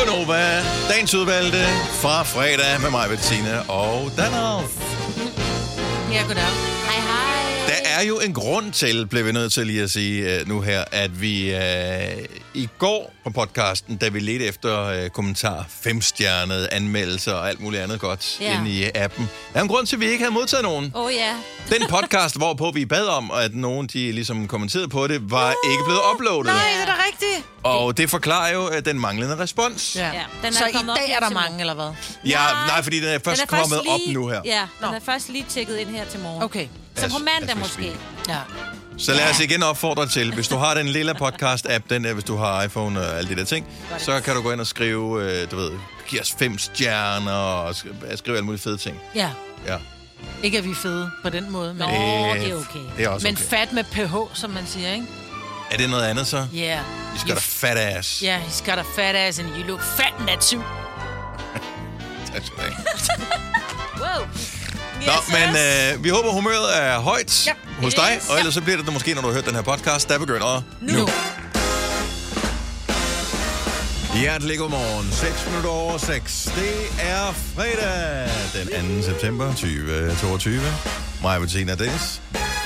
Gonova, dagens udvalgte fra fredag med mig, Bettine og Danov. Ja, goddag. Hej, hej. Der er jo en grund til, blev vi nødt til lige at sige nu her, at vi i går på podcasten, da vi ledte efter kommentarer, 5-stjernede anmeldelser og alt muligt andet godt inde i appen. Der er en grund til, at vi ikke havde modtaget nogen. Den podcast, hvorpå vi bad om, at nogen de ligesom kommenterede på det, var ikke blevet uploadet. Nej, det er da rigtigt. Og det forklarer jo den manglende respons. Ja. Den så i dag er der mange, eller hvad? Ja, nej, fordi den er først kommet op nu her. Ja, den er først lige tjekket ind her til morgen. Okay. Så på mandag måske. Ja. Så lad os igen opfordre til, hvis du har den lille podcast-app, den der, hvis du har iPhone og alle de der ting, så kan du gå ind og skrive, giv os 5 stjerner og skrive alle mulige fede ting. Ja. Ja. Ikke at vi er fede på den måde, men... det er okay. Det er også men okay. fat med ph, som man siger, ikke? Er det noget andet så? Ja. Yeah. He's got a fat ass. Ja, he's got a fat ass, and you look fat in that suit. Tak skal du have. Wow. Nå, men vi håber, humøret er højt hos dig, og ellers så bliver det måske, når du har hørt den her podcast, der begynder nu. Hjertelig godmorgen. 6:06. Det er fredag, den 2. september 2022. Mig, Bettina og Dennis.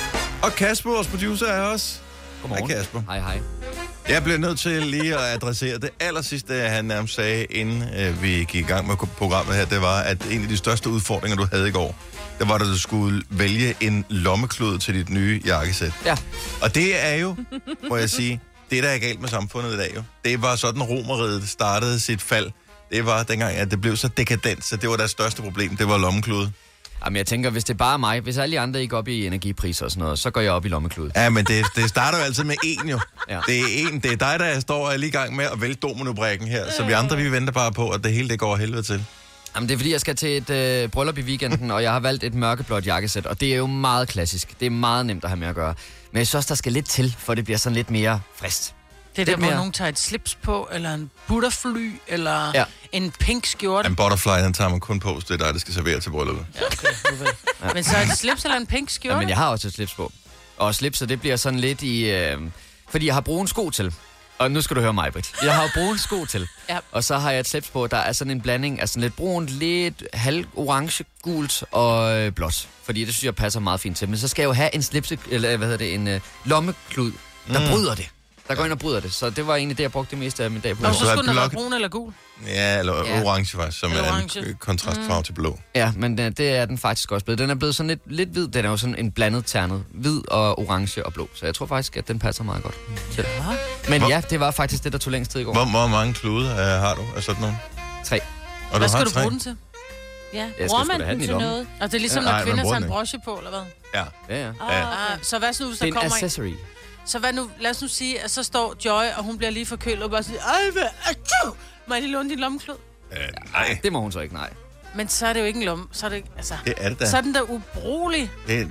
Og Kasper, vores producer, er også. Godmorgen. Hej, Kasper. Hej. Jeg bliver nødt til lige at adressere det allersidste, han nærmest sagde, inden vi gik i gang med programmet her. Det var, at en af de største udfordringer, du havde i går, det var, at du skulle vælge en lommeklud til dit nye jakkesæt. Ja. Og det er jo, må jeg sige, det der er galt med samfundet i dag jo. Det var sådan, Romerriget startede sit fald. Det var dengang, at det blev så dekadent, så det var deres største problem. Det var lommeklude. Jamen, jeg tænker, hvis det er bare mig, hvis alle de andre ikke går op i energipriser og sådan noget, så går jeg op i lommeklud. Ja, men det starter jo altid med én jo. Ja. Det er dig, der står lige i gang med at vælte dominobrikken her. Så vi andre, vi venter bare på, at det hele det går helvede til. Jamen, det er fordi, jeg skal til et bryllup i weekenden, og jeg har valgt et mørkeblåt jakkesæt, og det er jo meget klassisk. Det er meget nemt at have med at gøre. Men jeg synes også, der skal lidt til, for det bliver sådan lidt mere frist. Det er der, hvor nogen tager et slips på, eller en butterfly, eller en pink skjorte. En butterfly, den tager man kun på, så det er dig, der skal servere til brylluppet. Ja, okay. Men så et slips eller en pink skjorte? Ja, men jeg har også et slips på. Og slipset, det bliver sådan lidt i... fordi jeg har brune sko til. Og nu skal du høre mig, Britt. Jeg har brune sko til. Ja. Og så har jeg et slips på, der er sådan en blanding af sådan lidt brunt, lidt halv orange, gult og blåt. Fordi det synes jeg passer meget fint til. Men så skal jeg jo have en slips, eller en lommeklud, der bryder det. Der går ind og bryder det. Så det var egentlig det, jeg brugte det meste af min dag på. Og så skulle den være brun eller gul? Ja, eller orange faktisk, som er en kontrastfarve til blå. Ja, men det er den faktisk også blevet. Den er blevet sådan lidt hvid. Den er jo sådan en blandet ternet. Hvid og orange og blå. Så jeg tror faktisk, at den passer meget godt til. Men ja, det var faktisk det, der tog længst tid i går. Hvor mange klude har du af sådan nogle? 3. Og hvad skal du bruge den til? Ja, bruger man den til noget? Og det er ligesom, når kvinder tager en broche på, eller hvad? Ja. Så hvad så nu, hvis der det er en kommer accessory. Så hvad nu, lad os nu sige, at så står Joy, og hun bliver lige forkølet og bare siger, ej, hvad er du? Må jeg lige låne din lommeklud? Nej. Det må hun så ikke, nej. Men så er det jo ikke en lomme. Så er det, altså, det er det da. Så er den der ubrugelig. Det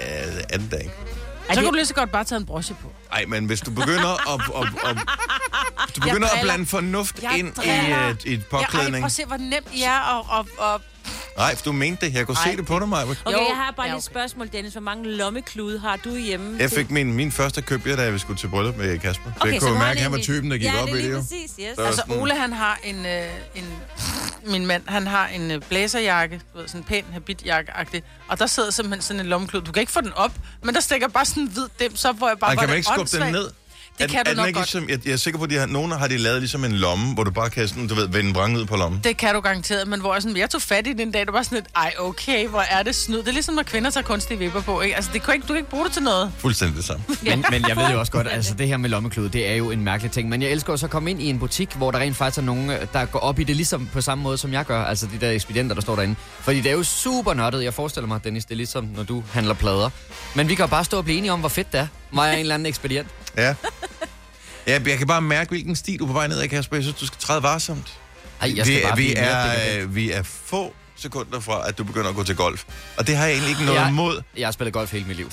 er det da ikke. Så kan du lige så godt bare tage en broche på. Nej, men hvis du begynder at blande fornuft ind i et påklædning... prøv at se, hvor nemt I er Nej, for du mente det. Jeg kunne se det på dig, Maja. Okay, jeg har bare lige et spørgsmål, Dennis. Hvor mange lommeklude har du hjemme? Jeg fik min første køb, da vi skulle til bryllup med Kasper. Okay, jeg kunne mærke, at han var typen, der gik op i det. Ja, præcis, yes. Altså, Ole, han har min mand, han har en blæserjakke, sådan en pæn habitjakke-agtig, og der sidder simpelthen sådan en lommeklud. Du kan ikke få den op, men der stikker bare sådan en hvid dims op, hvor jeg bare... Kan man ikke skubbe den ned? Det kan du nok godt. Jeg er sikker på, at nogen har de lavet ligesom en lomme, hvor du bare kan sådan, vende vrang ud på lommen. Det kan du garanteret, men hvor jeg tog fat i den dag, der var sådan lidt, okay, hvor er det snyd. Det er ligesom, når kvinder tager kunstige vipper på, ikke? Altså, du kan ikke bruge det til noget. Fuldstændig det samme. Men jeg ved jo også godt, altså det her med lommeklude, det er jo en mærkelig ting. Men jeg elsker også at komme ind i en butik, hvor der rent faktisk er nogen, der går op i det ligesom på samme måde, som jeg gør. Altså de der ekspedienter, der står derinde. Fordi det er jo super nørdet. Jeg forestiller mig, Dennis, det er ligesom, når du handler plader. Men vi kan jo bare stå og blive enige om, hvor fedt det er. Var jeg en eller anden ekspedient? Ja. Ja, jeg kan bare mærke, hvilken sti du er på vej ned af, Kasper. Jeg synes, du skal træde varsomt. Ej, jeg skal vi er få sekunder fra, at du begynder at gå til golf. Og det har jeg egentlig ikke noget imod. Jeg har spillet golf hele mit liv.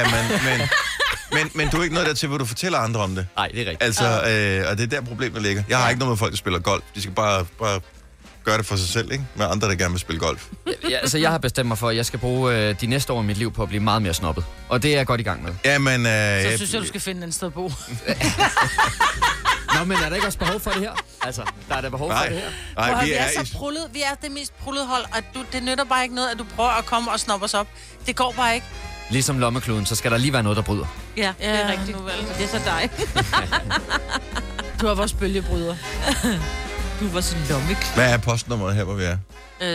Men du er ikke noget der til, hvor du fortæller andre om det. Nej, det er rigtigt. Altså, og det er der problemet ligger. Jeg har ikke noget med folk, der spiller golf. De skal bare gøre det for sig selv, ikke? Med andre, der gerne vil spille golf. Ja, altså, jeg har bestemt mig for, at jeg skal bruge de næste år i mit liv på at blive meget mere snobbet. Og det er jeg godt i gang med. Ja, men... Så synes jeg, du skal finde en sted at bo. Nå, men er der ikke også behov for det her? Altså, der er der behov for det her. Nej, vi er så prullet. Vi er det mest prullede hold, og det nytter bare ikke noget, at du prøver at komme og snoppe os op. Det går bare ikke. Ligesom lommekluden, så skal der lige være noget, der bryder. Ja, det er rigtigt. Det er så dig. Du er vores bølgebryder. Du er vores lommeklud. Hvad er postnummeret her, hvor vi er?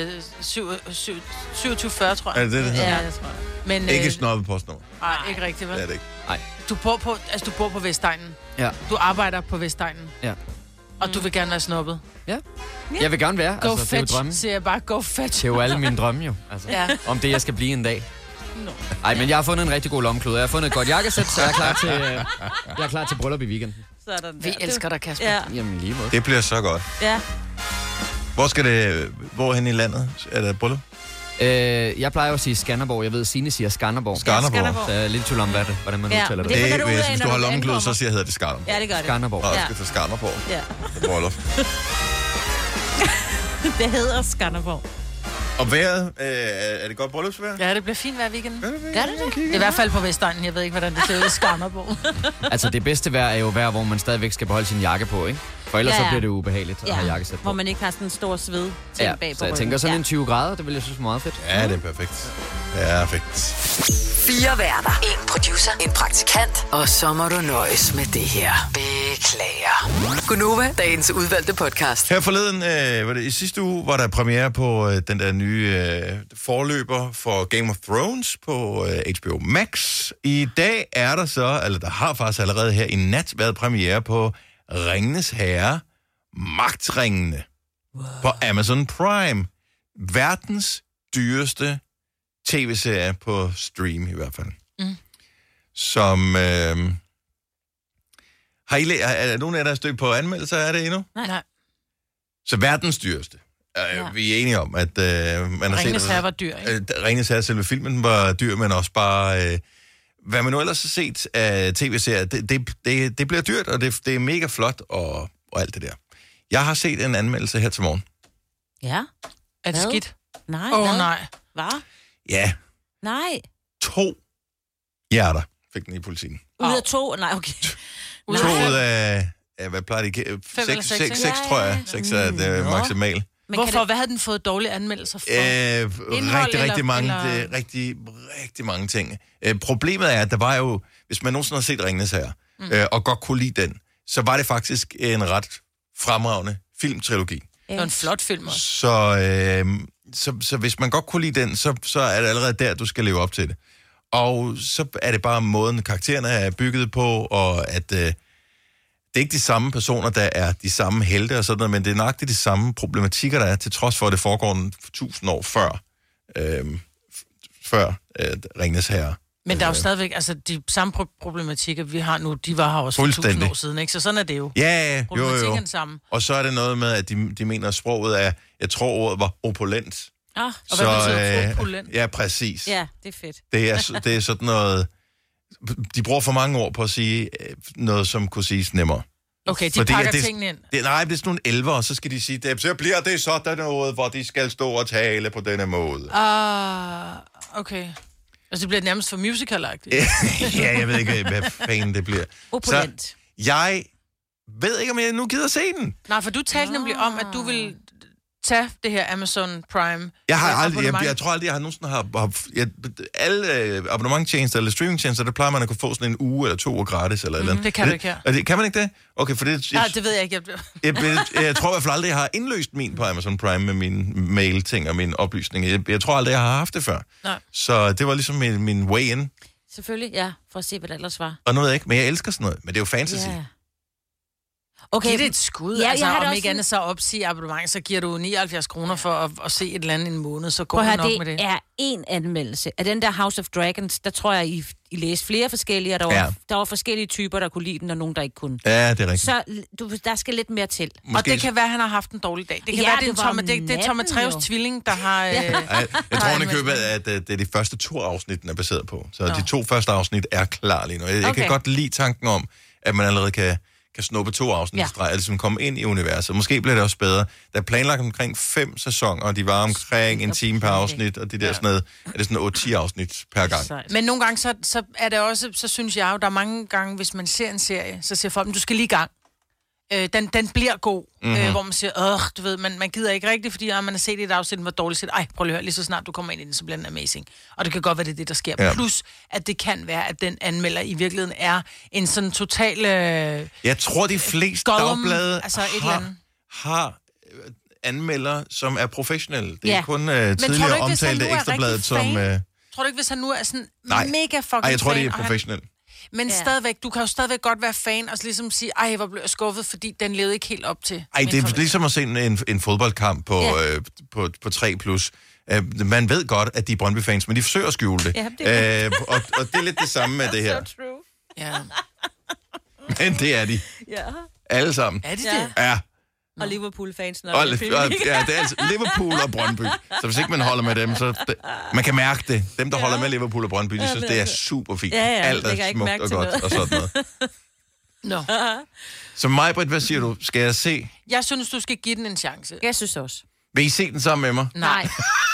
2740, tror jeg. Er det det hedder? Ja, det tror jeg. Men, Ikke snobbet postnummer. Nej, ikke rigtigt, vel? Det er det ikke. Nej. Du bor på Vestegnen. Ja. Du arbejder på Vestegnen. Ja. Og du vil gerne være snobbet. Ja. Jeg vil gerne være. Go altså, det er jo fetch, drømme. siger jeg bare. Go fetch. Det er jo alle mine drømme, jo. Altså, Ja. om det, jeg skal blive en dag. Nej, men jeg har fundet en rigtig god lommeklud. Jeg har fundet et godt jakkesæt, så jeg er klar til bryllup i weekenden. Sådan Vi elsker dig, Kasper. Ja. Jamen, lige måde. Det bliver så godt. Ja. Hvor hen i landet er der bryllup? Jeg plejer jo at sige Skanderborg. Jeg ved, Signe siger Skanderborg. Skanderborg. Så jeg er lidt tvivl om, hvordan man Ja, udtaler det det. finder du ud af, Hvis når du har du lommeklud, ankommer. så hedder det Skanderborg. Ja, det gør det. Skanderborg. Og jeg skal til Skanderborg. Ja. Det bryllup. Det hedder Skanderborg. Og vejret, er det godt bryllupsvejr? Ja, det bliver fint hver weekend. Gør det det? I hvert fald på Vestegnen. Jeg ved ikke, hvordan det ser ud i Skanderborg. Altså, det bedste vejr er jo vejr, hvor man stadigvæk skal beholde sin jakke på, ikke? For ellers så bliver det ubehageligt at have jakkesæt på. Hvor man ikke har sådan en stor sved til Ja, bag på så jeg ryggen. tænker sådan en 20 grader, det vil jeg synes er meget fedt. Ja, det er perfekt. Perfekt. 4 værter. 1 producer. En praktikant. Og så må du nøjes med det her. Beklager. Gunova, dagens udvalgte podcast. Her forleden, var det i sidste uge, var der premiere på den der nye forløber for Game of Thrones på HBO Max. I dag er der så, eller der har faktisk allerede her i nat været premiere på Ringenes Herre, Magtringene, på Amazon Prime. Verdens dyreste tv-serie på stream i hvert fald. Som... er nogen af jer, der er stødt på anmeldelser af det endnu? Nej. Så verdens dyreste. Vi er enige om, at man har Ringenes set... Herre var dyr, ikke? Ringenes Herre, selve filmen var dyr, men også bare... hvad man nu ellers har set af tv-serier, det bliver dyrt, og det er mega flot, og alt det der. Jeg har set en anmeldelse her til morgen. Ja. Er det Hvad? skidt? Nej. Nej. Hvad? Ja, Nej. 2 hjerter fik den i politikken. Ud af 2? Nej, okay. 2 ud af... hvad plejer det? 5 eller 6, 6 tror jeg. 6 er det maksimalt. Men Hvorfor? Hvad havde den fået dårlige anmeldelser for? Rigtig mange ting. Problemet er, at der var jo, hvis man nogensinde har set Ringenes Herre, og godt kunne lide den, så var det faktisk en ret fremragende filmtrilogi. Det var en flot film også. Så hvis man godt kunne lide den, så er det allerede der, du skal leve op til det. Og så er det bare måden, karaktererne er bygget på, og at det er ikke de samme personer, der er de samme helte og sådan noget, men det er nøjagtigt de samme problematikker, der er, til trods for, at det foregår 1000 år før Ringenes Herre. Men der er jo stadigvæk, altså de samme problematikker, vi har nu, de var her også for 1000 år siden, ikke? Så sådan er det jo. Ja, Problematikken jo. den samme. Og så er det noget med, at de mener, at sproget er, jeg tror ordet var opulent. Ah, og hvad betyder opulent? Ja, præcis. Ja, det er fedt. Det er sådan noget... De bruger for mange ord på at sige noget, som kunne siges nemmere. Okay, de pakker tingene ind. Det er sådan nogle elver, og så skal de sige, så bliver det sådan noget, hvor de skal stå og tale på denne måde. Okay. Altså, det bliver nærmest for musical-agtigt. Ja, jeg ved ikke, hvad fanden det bliver. Opulent. Så jeg ved ikke, om jeg nu gider se den. Nej, for du talte nemlig om, at du vil tage det her Amazon Prime. Jeg tror aldrig, jeg har nogensinde alle abonnementtjenester eller streamingtjenester, der plejer man at kunne få sådan en uge eller 2 uger gratis eller eller andet. Det kan du ikke her. Kan man ikke det? Okay, for det... Nej, det ved jeg ikke. Jeg tror i hvert fald aldrig, jeg har indløst min på Amazon Prime med mine mail-ting og mine oplysninger. Jeg tror aldrig, jeg har haft det før. Nej. Så det var ligesom min way in. Selvfølgelig, ja, for at se, hvad det ellers var. Og nu ved jeg ikke, men jeg elsker sådan noget. Men det er jo fantasy. Yeah. Okay. Giv det et skud. Ja, altså, jeg har om det ikke andet så opsige abonnement, så giver du 79 kroner for at se et eller andet en måned, så går det nok med det. Det er en anmeldelse af den der House of Dragons. Der tror jeg, I læste flere forskellige, og der var forskellige typer, der kunne lide den, og nogen, der ikke kunne. Ja, det er rigtigt. Så der skal lidt mere til. Måske. Og det kan være, at han har haft en dårlig dag. Det kan være, det er Thomas Treves tvilling, der har... Jeg tror, han køber, at det er de første 2 afsnit, den er baseret på. Så de 2 første afsnit er klar lige nu. Jeg kan godt lide tanken om, at man allerede kan snuppe 2 afsnit i streg, og ligesom komme ind i universet. Måske bliver det også bedre. Der er planlagt omkring 5 sæsoner, og de var omkring en time per afsnit, og de der sådan noget, er det sådan 8-10 afsnit per gang. Men nogle gange, så er det også, så synes jeg jo, der er mange gange, hvis man ser en serie, så siger folk, du skal lige i gang. Den bliver god, hvor man siger, du ved, man gider ikke rigtigt, fordi man har set i et afsnit, hvor dårligt set. Ej, prøv lige at høre, lige så snart du kommer ind i den, så bliver den amazing. Og det kan godt være, det er det, der sker. Ja. Plus, at det kan være, at den anmelder i virkeligheden er en sådan total... jeg tror, de fleste dagblade har anmelder, som er professionelle. Det er kun tidligere omtalte Ekstrabladet, som... Tror du ikke, hvis han nu er sådan mega fucking fan? Jeg tror, det er professionelt. Men stadigvæk, du kan jo stadigvæk godt være fan, og ligesom sige, ej, hvor blev jeg skuffet, fordi den levede ikke helt op til... Ej, det er ligesom at se en fodboldkamp på 3+. Man ved godt, at de er Brøndby-fans, men de forsøger at skjule det. Ja, det og det er lidt det samme med det her. So true. Ja. Men det er de. Ja. Alle sammen. Er de det? Ja. Og Liverpool-fansen. Ja, det er altså Liverpool og Brøndby. Så hvis ikke man holder med dem, så... Man kan mærke det. Dem, der holder med Liverpool og Brøndby, de synes, det er super fint. Alt er smukt og godt og sådan noget. Nå. Så Maj-Brit, hvad siger du? Skal jeg se? Jeg synes, du skal give den en chance. Jeg synes også. Vil I se den sammen med mig? Nej.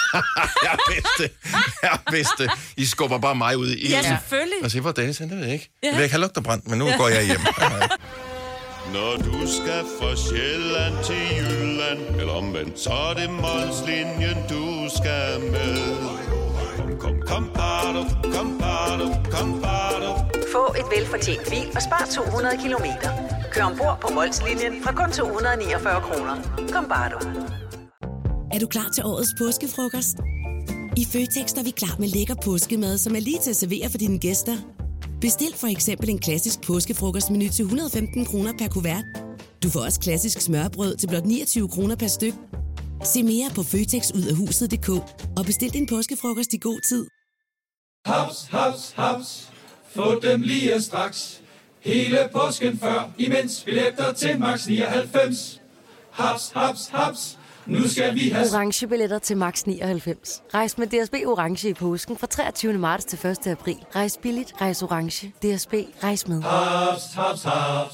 Jeg vidste. I skubber bare mig ud i ilden. Ja, selvfølgelig. Og siger, hvor det er, det ved jeg ikke. Jeg vil ikke have lugterbrændt, men nu går jeg hjem. Når du skal fra Sjælland til Jylland, eller omvendt, så er det Molslinjen, du skal med. Kom, bado, kom, bado. Få et velfortjent bil og spar 200 kilometer. Kør ombord på Molslinjen fra kun 249 kroner. Kom, bare du. Er du klar til årets påskefrokost? I Føtex er vi klar med lækker påskemad, som er lige til at servere for dine gæster. Bestil for eksempel en klassisk påskefrokostmenu til 115 kroner per kuvert. Du får også klassisk smørbrød til blot 29 kroner per styk. Se mere på føtexudafhuset.dk og bestil din påskefrokost i god tid. Haps, haps, haps. Få dem lige straks. Hele påsken før, imens billetter til max 99. Haps, haps, haps. Nu skal vi have orange billetter til max 99. Rejs med DSB orange i påsken fra 23. marts til 1. april. Rejs billigt, rejs orange. DSB, rejs med. haps, haps, haps.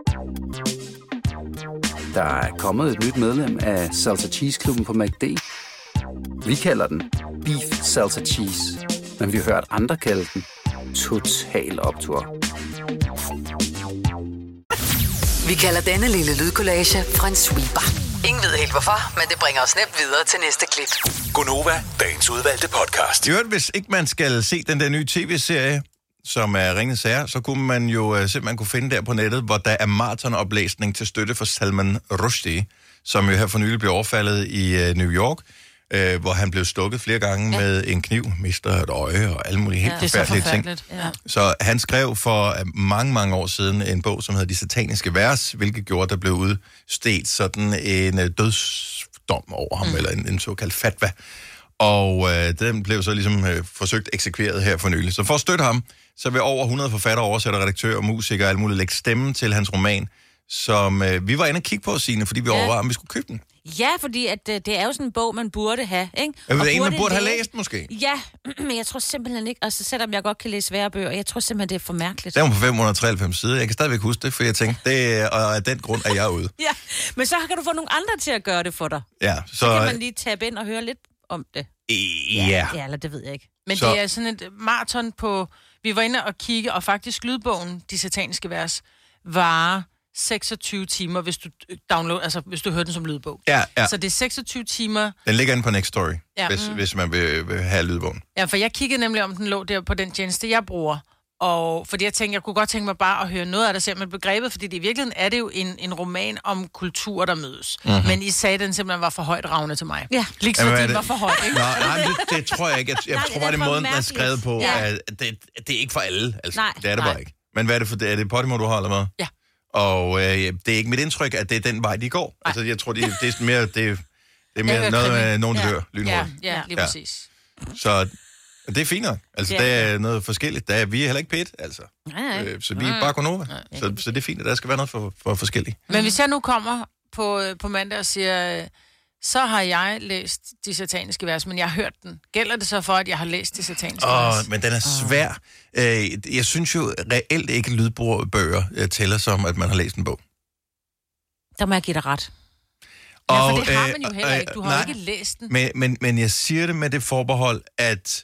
Der er kommet et nyt medlem af Salsa Cheese Klubben på McD. Vi kalder den Beef Salsa Cheese, men vi har hørt andre kalde den Total Optur. Vi kalder denne lille lydkollage en sweeper. Ingen ved helt hvorfor, men det bringer os nemt videre til næste klip. Gonova, dagens udvalgte podcast. I øvrigt, hvis ikke man skal se den der nye tv-serie, som er Ringenes Herre, så kunne man jo simpelthen kunne finde der på nettet, hvor der er maratonoplæsning til støtte for Salman Rushdie, som jo her for nylig blev overfaldet i New York, hvor han blev stukket flere gange med en kniv, mister et øje og alle mulige helt forfærdelige ting. Ja. Så han skrev for mange, mange år siden en bog, som hedder De Sataniske Vers, hvilket gjorde, at der blev udstedt sådan en dødsdom over ham, eller en såkaldt fatwa. Og den blev så ligesom forsøgt eksekveret her for nylig. Så for at støtte ham, så vil over 100 forfattere, oversætter, redaktører, musikere og alle mulige lægge stemme til hans roman, som vi var inde og kigge på, Signe, fordi vi overvejede, om vi skulle købe den. Ja, fordi at, det er jo sådan en bog, man burde have, ikke? Man burde have læst, måske. Ja, men jeg tror simpelthen ikke, altså selvom jeg godt kan læse svære bøger, jeg tror simpelthen, det er for mærkeligt. Den var på 593 sider. Jeg kan stadigvæk huske det, for jeg tænkte, og af den grund er jeg ude. Ja, men så kan du få nogle andre til at gøre det for dig. Ja, så kan man lige tabe ind og høre lidt om det. Ja. Ja, eller det ved jeg ikke. Men det er sådan et maraton på... Vi var inde og kigge, og faktisk lydbogen, De Sataniske Vers, var 26 timer, hvis du download, altså hvis du hører den som lydbog. Ja. Så det er 26 timer... Den ligger inde på Next Story, hvis man vil have lydbogen. Ja, for jeg kiggede nemlig, om den lå der på den tjeneste, jeg bruger. Og fordi jeg kunne godt tænke mig bare at høre noget af det selv med begrebet, fordi det i virkeligheden er det jo en roman om kultur, der mødes. Mm-hmm. Men I sagde, den simpelthen var for højt ravne til mig. Ja. Liksom den var for højt, ikke? Nej, det tror jeg ikke. Jeg tror bare, det er måden, den er skrevet på. Ja. Det er ikke for alle. Altså, det er det bare ikke. Men hvad er det for det? Er det Podimo, du har, eller hvad? Ja. Og det er ikke mit indtryk, at det er den vej, de går. Nej. Altså, jeg tror, det er mere, det er mere noget med nogen, der dør lynhurtigt. Ja, lige præcis. Så det er fint nok. Altså, det er noget forskelligt. Vi er heller ikke pæt, altså. Så vi er bare Gonova. Så det er fint, at der skal være noget for forskelligt. Men hvis jeg nu kommer på mandag og siger, så har jeg læst De Sataniske Vers, men jeg har hørt den. Gælder det så for, at jeg har læst De Sataniske Vers? Men den er svær. Jeg synes jo reelt ikke, lydbøger tæller som, at man har læst en bog. Der må jeg give dig ret. Ja, for det har man jo heller ikke. Du har jo ikke læst den. Men jeg siger det med det forbehold, at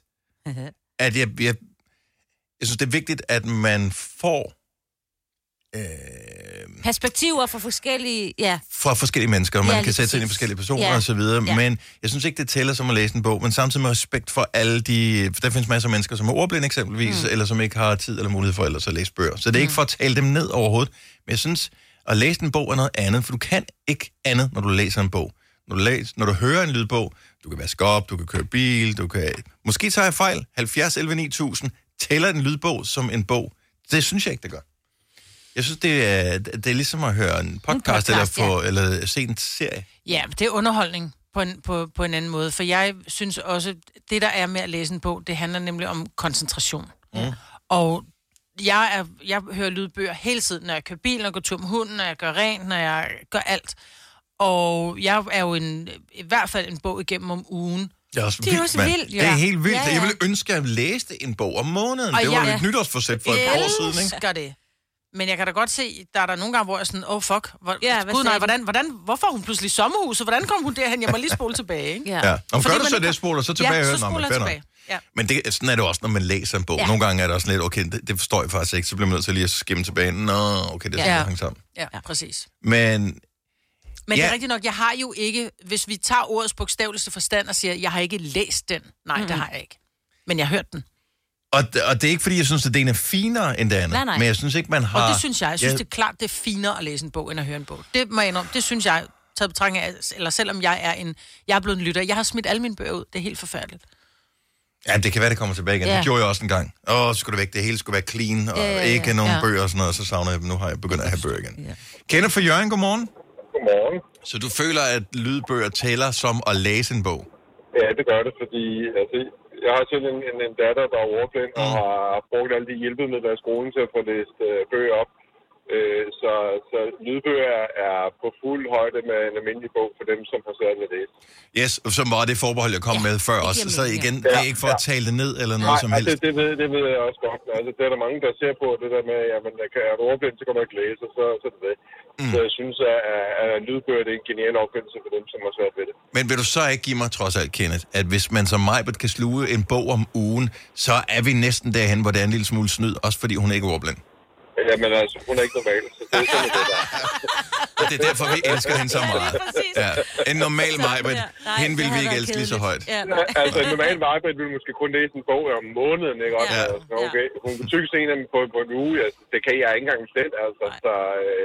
jeg synes, det er vigtigt, at man får Perspektiver fra forskellige... Ja. Fra forskellige mennesker, og man Ja, kan sætte sig ind i forskellige personer og så videre, Ja. men jeg synes ikke, det tæller som at læse en bog, men samtidig med respekt for alle de... Der findes masser af mennesker, som er ordblinde eksempelvis, eller som ikke har tid eller mulighed for ellers at læse bøger. Så det er ikke for at tale dem ned overhovedet, men jeg synes, at læse en bog er noget andet, for du kan ikke andet, når du læser en bog. Når du hører en lydbog, du kan vaske op, du kan køre bil, du kan... Måske tager jeg fejl, 70 11 9000, tæller en lydbog som en bog. Det synes jeg ikke, det gør. Jeg synes, det er ligesom at høre en podcast eller se en serie. Ja, det er underholdning på en anden måde. For jeg synes også, det der er med at læse en bog, det handler nemlig om koncentration. Og jeg hører lydbøger hele tiden, når jeg kører bil, når jeg går tur med hunden, når jeg gør rent, når jeg gør alt. Og jeg er jo i hvert fald en bog igennem om ugen. Det er også vildt, mand. Det er helt vildt. Jeg ville ønske, at jeg læste en bog om måneden. Det var et nytårsforsæt for et år siden, ikke? Jeg det. Men jeg kan da godt se, der er nogle gange, hvor jeg er sådan, fuck, hvorfor er hun pludselig i sommerhuset? Hvordan kom hun derhen? Jeg må lige spole tilbage, ikke? Ja. Og gør du så det, spoler så tilbage? Ja, så spoler jeg tilbage. Ja. Men sådan er det også, når man læser en bog. Ja. Nogle gange er det også lidt, okay, det forstår jeg faktisk ikke, så bliver man nødt til lige at skimme tilbage. Nå, okay, det er sådan, det hænger sammen. Ja, præcis. Men det er rigtigt nok, jeg har jo ikke, hvis vi tager ordets bogstaveligste forstand og siger, jeg har ikke læst den. Nej, det har jeg ikke. Men jeg har hørt den. Og det er ikke, fordi jeg synes, at den er finere end det andet. Nej. Men jeg synes ikke, man har... Og det synes jeg. Jeg synes, det er klart, det er finere at læse en bog, end at høre en bog. Det må jeg indrømme. Det synes jeg, taget betragtning af, eller selvom jeg er blevet en lytter. Jeg har smidt alle mine bøger ud. Det er helt forfærdeligt. Ja, det kan være, det kommer tilbage igen. Det gjorde jeg også en gang. Så skulle det væk. Det hele skulle være clean, og ikke nogen bøger og sådan noget. Og så savner jeg dem. Nu har jeg begyndt at have bøger igen. Ja. Kenneth fra Jørgen, godmorgen. Godmorgen. Så du føler, at lydbøger tæller som at læse en bog? Ja, det gør det, fordi jeg har selv en datter, der er ordblind, og har brugt alle de hjælpemidler i skolen til at få læst bøger op. Så lydbøger er på fuld højde med en almindelig bog for dem, som har svært med at læse. Yes, som var det forbehold, jeg kom med før også. Så igen, det er ikke for at tale det ned eller noget som helst. Det ved jeg også godt. Altså, det er der mange, der ser på det der med, jamen, er du ordblind, så kan man ikke læse, så er det det. Så jeg synes, at lydbøger er en genial opfindelse for dem, som har svært ved det. Men vil du så ikke give mig trods alt, Kenneth, at hvis man som Majbert kan sluge en bog om ugen, så er vi næsten derhen, hvor det er en lille smule snyd, også fordi hun ikke er ordblind? Jamen altså, hun er ikke normal, så det er sådan, det der. Og det er derfor, vi elsker hende så meget. Ja. En normal Majbert, hende vil vi ikke elske lige så højt. Altså, en normal Majbert vil måske kun læse en bog om måneden, ikke? Ja. Altså, okay. Hun kan tykke en af dem på en uge, altså, det kan jeg ikke engang selv, altså. Så,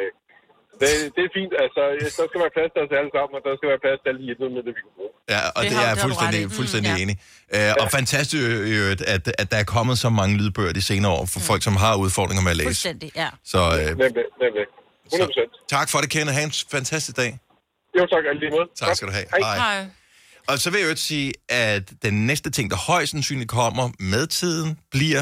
det er fint, altså, der skal være plads til os alle sammen, og der skal være plads til alle de hjælpemidler, vi kan bruge. Ja, og det er jeg fuldstændig enig. Og fantastisk, at der er kommet så mange lydbøger de senere år, for folk, som har udfordringer med at læse. Fuldstændig, ja. Så, nemlig. 100%. Tak for det, Kenneth. Ha' en fantastisk dag. Jo, tak. Lige måde. Tak skal du have. Hej. Og så vil jeg jo sige, at den næste ting, der højst sandsynligt kommer med tiden, bliver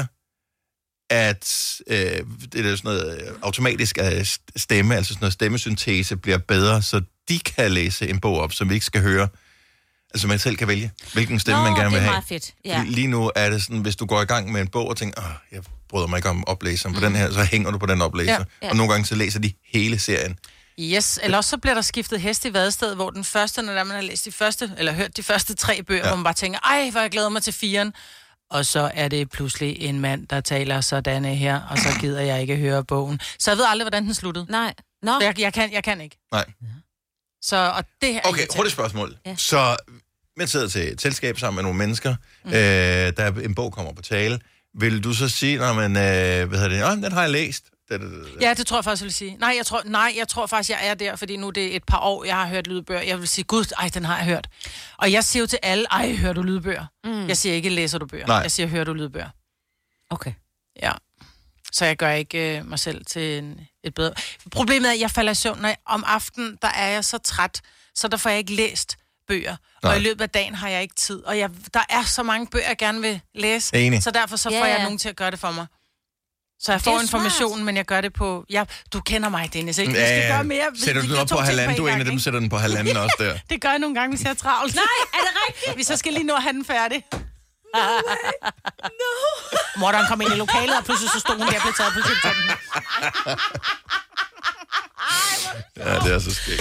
at det er sådan noget automatisk stemme, altså sådan noget stemmesyntese bliver bedre, så de kan læse en bog op, som vi ikke skal høre. Altså man selv kan vælge, hvilken stemme man gerne vil have. Det er meget fedt, ja. Lige nu er det sådan, hvis du går i gang med en bog og tænker, jeg bryder mig ikke om oplæseren på den her, så hænger du på den oplæser. Ja. Og nogle gange så læser de hele serien. Yes, eller også så bliver der skiftet hest i vadested, hvor den første, når man har læst de første, eller hørt de første 3 bøger, hvor man bare tænker, hvor jeg glæder mig til 4'eren. Og så er det pludselig en mand, der taler sådan her, og så gider jeg ikke høre bogen. Så jeg ved aldrig, hvordan den sluttede. Nej. Jeg kan ikke. Nej. Så, og det er okay, hurtigt spørgsmål. Ja. Så man sidder til et selskab sammen med nogle mennesker, der en bog kommer på tale. Vil du så sige, når man, den har jeg læst? Ja, det tror jeg faktisk, jeg vil sige. Jeg tror faktisk, jeg er der, fordi nu det er et par år, jeg har hørt lydbøger. Jeg vil sige, gud, den har jeg hørt. Og jeg siger jo til alle, hører du lydbøger? Jeg siger ikke, læser du bøger? Nej. Jeg siger, hører du lydbøger? Okay. Ja. Så jeg gør ikke mig selv til et bedre... Problemet er, at jeg falder i søvn, når om aftenen, der er jeg så træt, så der får jeg ikke læst bøger. Nej. Og i løbet af dagen har jeg ikke tid. Og der er så mange bøger, jeg gerne vil læse. Enig. Så derfor så får jeg nogen til at gøre det for mig. Så jeg får informationen, men jeg gør det på... du kender mig, Dennis, ikke? Vi skal gøre mere. Sætter du den op på halvanden? Du er en af dem, sætter den på halvanden også der. Det gør jeg nogle gange, hvis jeg er travlt. Nej, er det rigtigt? Vi så skal lige nå at have den færdig. No. Morderen kom ind i lokalet, og pludselig så stod hun der og blev taget på tiltanden. Ja, det er så skægt.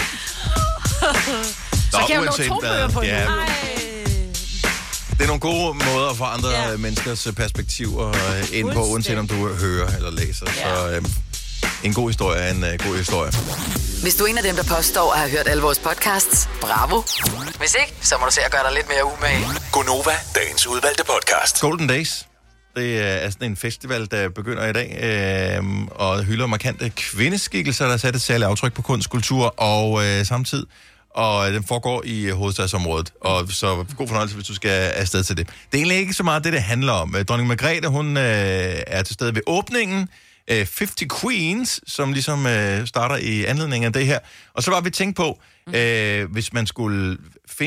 Så kan jeg jo nå 2 bøger på det. Det er nogle gode måder at få andre menneskers perspektiver ind på, uanset om du hører eller læser. Så En god historie er en god historie. Hvis du er en af dem, der påstår at have hørt alle vores podcasts, bravo. Hvis ikke, så må du se at gøre dig lidt mere umage. Gonova, dagens udvalgte podcast. Golden Days. Det er sådan en festival, der begynder i dag, og hylder markante kvindeskikkelser, der har sat et særligt aftryk på kunst, kultur og samtid. Og den foregår i hovedstadsområdet, og så god fornøjelse, hvis du skal afsted til det. Det er egentlig ikke så meget det handler om. Dronning Margrethe, hun er til stede ved åbningen. 50 Queens, som ligesom starter i anledning af det her. Og så var vi tænkt på, hvis man skulle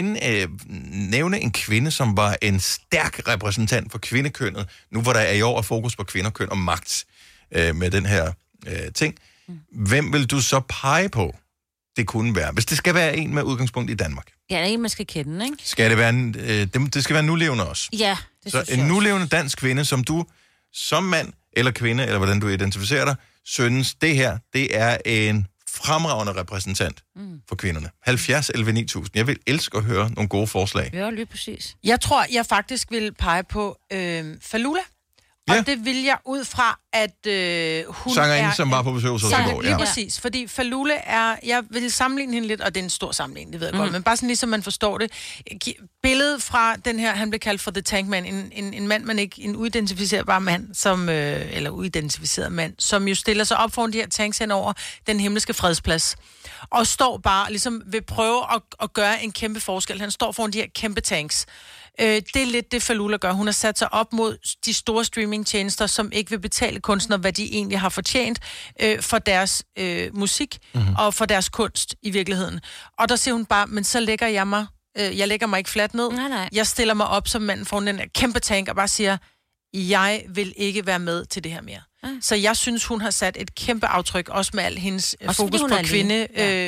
nævne en kvinde, som var en stærk repræsentant for kvindekønnet, nu hvor der er i år fokus på kvinderkøn og magt med den her ting. Hvem vil du så pege på, det kunne være? Hvis det skal være en med udgangspunkt i Danmark. Ja, det er en, man skal kende, ikke? Skal det være det skal være nulevende også? Ja, det så en nulevende dansk kvinde, som du som mand eller kvinde, eller hvordan du identificerer dig, synes, det her, det er en fremragende repræsentant for kvinderne. 70 11 9000. Jeg vil elske at høre nogle gode forslag. Ja, lige præcis. Jeg tror, jeg faktisk vil pege på Fallulah. Og det vil jeg ud fra, at hun sangerinde, som var på besøg hos os i går. Lige præcis, fordi Fallulah er... Jeg vil sammenligne hende lidt, og det er en stor sammenligning, det ved jeg godt, men bare sådan ligesom man forstår det. Billedet fra den her, han blev kaldt for The Tankman, en mand, man ikke... En uidentificerbar mand, som... eller uidentificeret mand, som jo stiller sig op foran de her tanks hen over den himmelske fredsplads. Og står bare, ligesom vil prøve at gøre en kæmpe forskel. Han står foran de her kæmpe tanks. Det er lidt det, Fallulah gør. Hun har sat sig op mod de store streamingtjenester, som ikke vil betale kunstnere, hvad de egentlig har fortjent for deres musik og for deres kunst i virkeligheden. Og der siger hun bare, men så lægger jeg mig... jeg lægger mig ikke fladt ned. Nej. Jeg stiller mig op som manden foran den her kæmpe tank og bare siger, jeg vil ikke være med til det her mere. Så jeg synes, hun har sat et kæmpe aftryk, også med al hendes fokus på kvinde,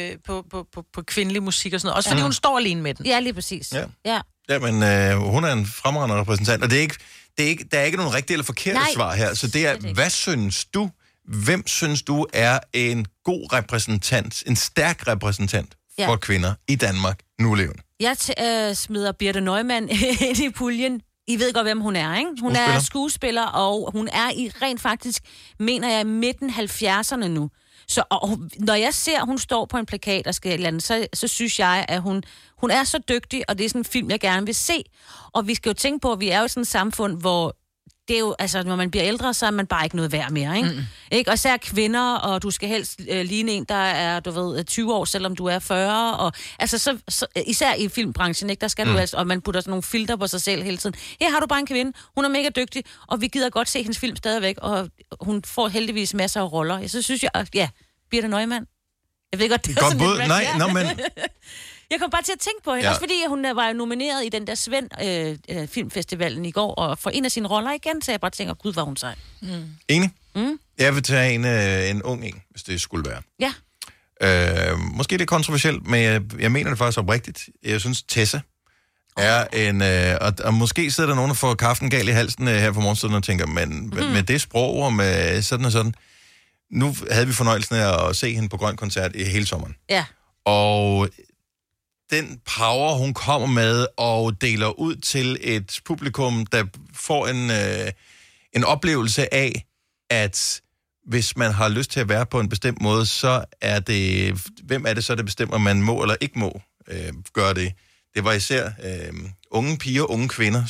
på kvindelig musik og sådan noget. Også fordi hun står alene med den. Ja, lige præcis. Ja, men hun er en fremragende repræsentant, og der er ikke nogen rigtige eller forkerte svar her. Så det er, hvad synes du? Hvem synes du er en god repræsentant, en stærk repræsentant for kvinder i Danmark nulevende? Jeg smider Birthe Neumann ind i puljen. I ved godt, hvem hun er, ikke? Hun er skuespiller, og hun er i rent faktisk, mener jeg, midten 70'erne nu. Så når jeg ser, at hun står på en plakat og skal et eller andet, så synes jeg, at hun er så dygtig, og det er sådan en film, jeg gerne vil se. Og vi skal jo tænke på, at vi er jo i sådan et samfund, hvor det er jo, altså, når man bliver ældre, så er man bare ikke noget værd mere, ikke? Ikke? Og især kvinder, og du skal helst ligne en, der er, du ved, 20 år, selvom du er 40, og altså, så især i filmbranchen, ikke? Der skal du altså, og man putter sådan nogle filter på sig selv hele tiden. Her har du bare en kvinde, hun er mega dygtig, og vi gider godt se hendes film stadigvæk, og hun får heldigvis masser af roller. Så synes jeg, Birthe Neumann. Jeg ved godt, det er godt sådan bud. Nej, men... Jeg kom bare til at tænke på hende, også fordi hun var jo nomineret i den der Svend filmfestivalen i går, og for en af sine roller igen, så jeg bare tænker, gud, var hun sej. Enig? Jeg vil tage en ung en, hvis det skulle være. Ja. Måske lidt kontroversielt, men jeg mener det faktisk oprigtigt. Jeg synes, Tessa er en... og måske sidder der nogen, der får kaffen galt i halsen her for morgenstunden og tænker, men med det sprog og med sådan og sådan... Nu havde vi fornøjelsen af at se hende på Grøn Koncert i hele sommeren. Ja. Og den power, hun kommer med og deler ud til et publikum, der får en oplevelse af, at hvis man har lyst til at være på en bestemt måde, så er det... Hvem er det så, der bestemmer, man må eller ikke må gøre det? Det var især unge piger, unge kvinder,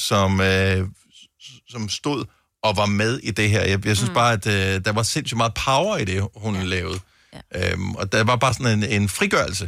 som stod og var med i det her. Jeg synes bare, at der var sindssygt meget power i det, hun lavede. Ja. Og der var bare sådan en frigørelse.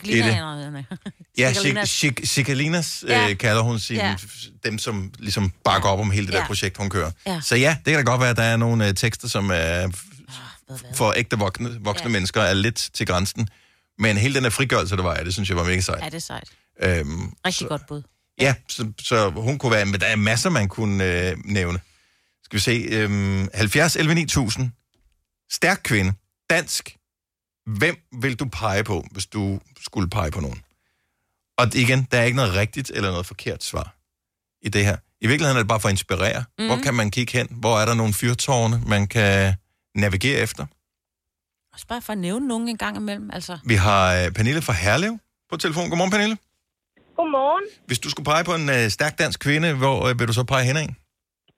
Cicalinas kalder hun dem, som ligesom bakker op om hele det der projekt, hun kører. Ja. Så ja, det kan da godt være, at der er nogle tekster, som er for ægte voksne mennesker, er lidt til grænsen. Men hele den der frigørelse, der var det synes jeg var mega sejt. Ja, det er sejt. Rigtig godt bud. Ja, så hun kunne være, men der er masser, man kunne nævne. Skal vi se, 70 11 9000, stærk kvinde, dansk. Hvem vil du pege på, hvis du skulle pege på nogen? Og igen, der er ikke noget rigtigt eller noget forkert svar i det her. I virkeligheden er det bare for at inspirere. Hvor kan man kigge hen? Hvor er der nogle fyrtårne, man kan navigere efter? Også bare for at nævne nogen en gang imellem, altså. Vi har Pernille fra Herlev på telefon. Godmorgen, Pernille. Godmorgen. Hvis du skulle pege på en stærk dansk kvinde, hvor vil du så pege hende ind?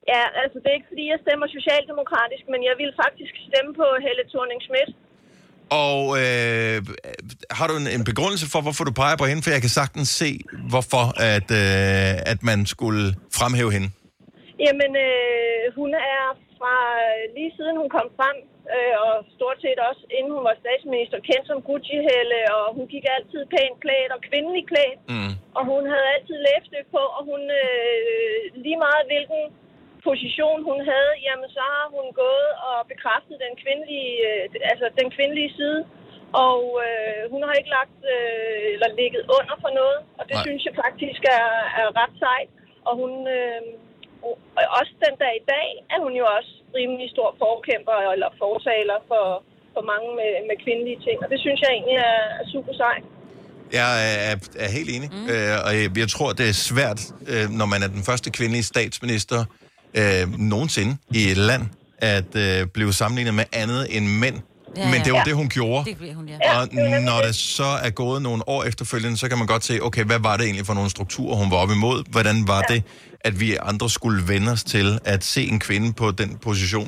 Ja, altså det er ikke fordi, jeg stemmer socialdemokratisk, men jeg vil faktisk stemme på Helle Thorning-Schmidt. Og har du en begrundelse for, hvorfor du peger på hende? For jeg kan sagtens se, hvorfor at man skulle fremhæve hende. Jamen, hun er fra lige siden hun kom frem, og stort set også inden hun var statsminister, kendt som Gucci-Helle, og hun gik altid pænt klædt og kvindelig klædt. Og hun havde altid læbestift på, og hun lige meget hvilken position hun havde, jamen så har hun gået og bekræftet den kvindelige side. Og hun har ikke eller ligget under for noget, og det synes jeg faktisk er ret sejt. Og hun også den dag i dag er hun jo også rimelig stor forkæmper eller fortaler for mange med kvindelige ting, og det synes jeg egentlig er super sejt. Jeg er helt enig, og jeg tror, det er svært, når man er den første kvindelige statsminister nogensinde i et land, at blive sammenlignet med andet end mænd. Men det var det, hun gjorde. Det blev hun, ja. Og når det så er gået nogle år efterfølgende, så kan man godt se, okay, hvad var det egentlig for nogle strukturer, hun var op imod? Hvordan var det, at vi andre skulle vende os til at se en kvinde på den position?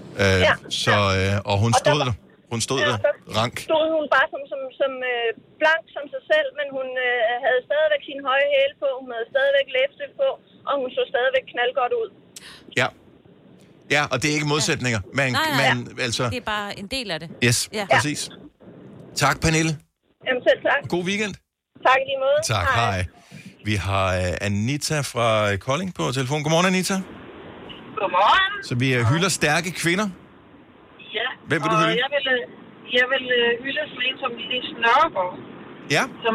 Og hun stod der. Hun stod der rank. Stod hun bare som blank som sig selv, men hun havde stadigvæk sin høje hæle på, hun havde stadigvæk læbestift på, og hun så stadigvæk knaldgodt ud. Ja. Ja, og det er ikke modsætninger. Altså... Det er bare en del af det. Yes, præcis. Tak, Pernille. Jamen selv tak. God weekend. Tak i lige måde. Tak, hej. Vi har Anita fra Kolding på telefon. Godmorgen, Anita. Godmorgen. Så vi hylder stærke kvinder. Ja. Hvem vil du hylde? Jeg vil hylde sådan en som Lis Nørgaard. Ja. Som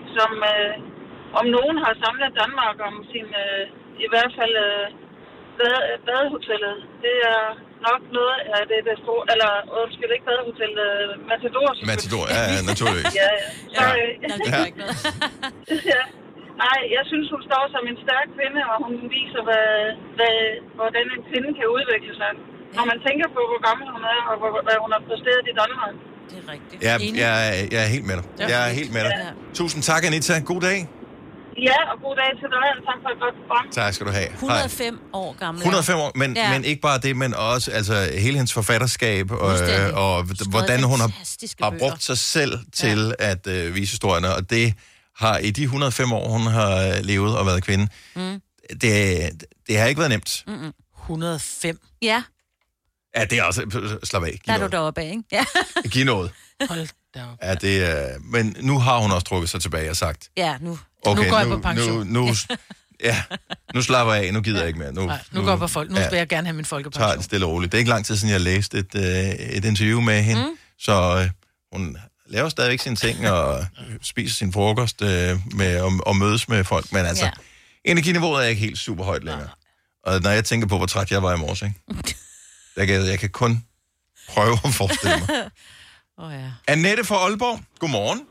om nogen har samlet Danmark om sin, i hvert fald badehotellet. Det er nok noget af det store, eller undskyld, ikke badehotellet, Matador. Matador, ja, naturligvis. ja. Det er ikke noget. Ja. Nej, jeg synes, hun står som en stærk kvinde, og hun viser, hvordan en kvinde kan udvikle sig. Når man tænker på, hvor gammel hun er, og hvad hun har præsteret i Danmark. Det er rigtigt. Jeg er helt med dig. Jeg er helt med dig. Tusind tak, Anita. God dag. Ja, og god dag til dig, og tak for et godt program. Tak skal du have. 105 år gammel. 105 år, men ikke bare det, men også altså, hele hendes forfatterskab, og hvordan hun har brugt sig selv til at vise historierne, og det har i de 105 år, hun har levet og været kvinde, det har ikke været nemt. 105? Ja. Ja, det er også... Slap af. Der er du deroppe af, ikke? Ja. Giv noget. Hold da op. Ja, det er... Men nu har hun også trukket sig tilbage og sagt... Ja, nu. Okay, nu går jeg på pension. Nu slapper jeg af. Nu gider jeg ikke mere. Nu går jeg på folk. Nu vil jeg gerne have min folkepension. Tager det stille og roligt. Det er ikke lang tid siden, jeg læste et interview med hende. Så hun laver stadigvæk sine ting og spiser sin frokost med at mødes med folk. Men altså, energiniveauet er ikke helt super højt længere. Og når jeg tænker på, hvor træt jeg var i morges, ikke? Jeg kan kun prøve at forestille mig. Annette fra Aalborg, godmorgen.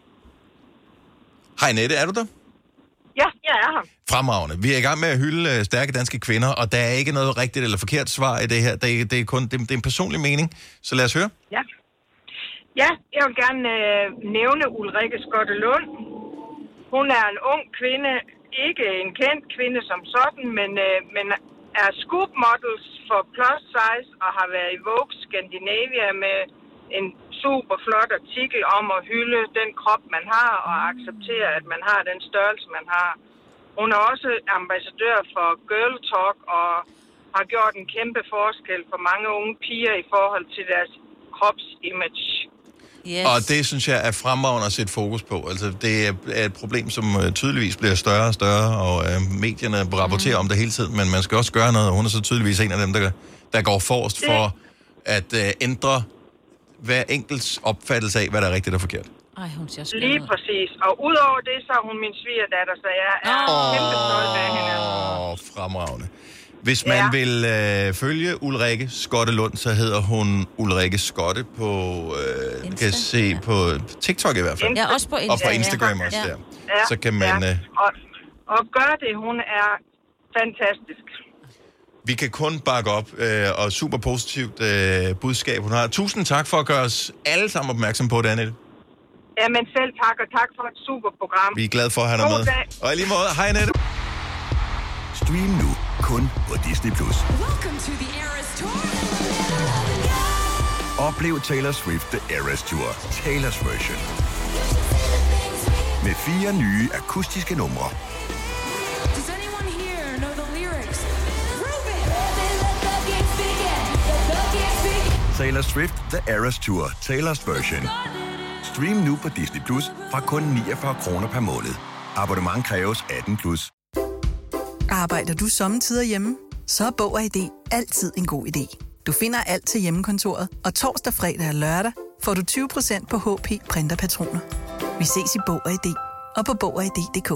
Hej Annette, er du der? Ja, jeg er her. Fremragende. Vi er i gang med at hylde stærke danske kvinder, og der er ikke noget rigtigt eller forkert svar i det her. Det er en personlig mening, så lad os høre. Ja, jeg vil gerne nævne Ulrikke Skottelund. Hun er en ung kvinde, ikke en kendt kvinde som sådan, men er scoop models for plus size og har været i Vogue Scandinavia med en super flot artikel om at hylde den krop, man har, og acceptere, at man har den størrelse, man har. Hun er også ambassadør for Girl Talk og har gjort en kæmpe forskel for mange unge piger i forhold til deres kropsimage. Yes. Og det synes jeg er fremragende at sætte fokus på. Altså, det er et problem, som tydeligvis bliver større og større, og medierne rapporterer om det hele tiden, men man skal også gøre noget, og hun er så tydeligvis en af dem, der går forrest for at ændre hver enkelts opfattelse af, hvad der er rigtigt og forkert. Ej, hun ser skøn ud. Lige præcis. Og udover det, så er hun min svigerdatter, så jeg er kæmpe stolt af hende. Fremragende. Hvis man vil følge Ulrikke Skottelund, så hedder hun Ulrikke Skotte på, kan se på TikTok i hvert fald. Ja, også på Instagram. Og på Instagram også der. Så kan man... Og gør det, hun er fantastisk. Vi kan kun bakke op, og super positivt budskab, hun har. Tusind tak for at gøre os alle sammen opmærksom på det, Annette. Jamen selv tak, og tak for et super program. Vi er glade for at have dig med. God dag. Og i lige måde, hej Annette. Stream nu kun på Disney+. Oplev Taylor Swift The Eras Tour, Taylor's version. Med 4 nye akustiske numre. Taylor Swift The Eras Tour, Taylor's version. Stream nu på Disney Plus fra kun 49 kroner per måned. Abonnement kræves 18 plus. Arbejder du sommetider hjemme? Så er Bog og ID altid en god idé. Du finder alt til hjemmekontoret, og torsdag, fredag og lørdag får du 20% på HP printerpatroner. Vi ses i Bog og ID og på Bog og ID.dk.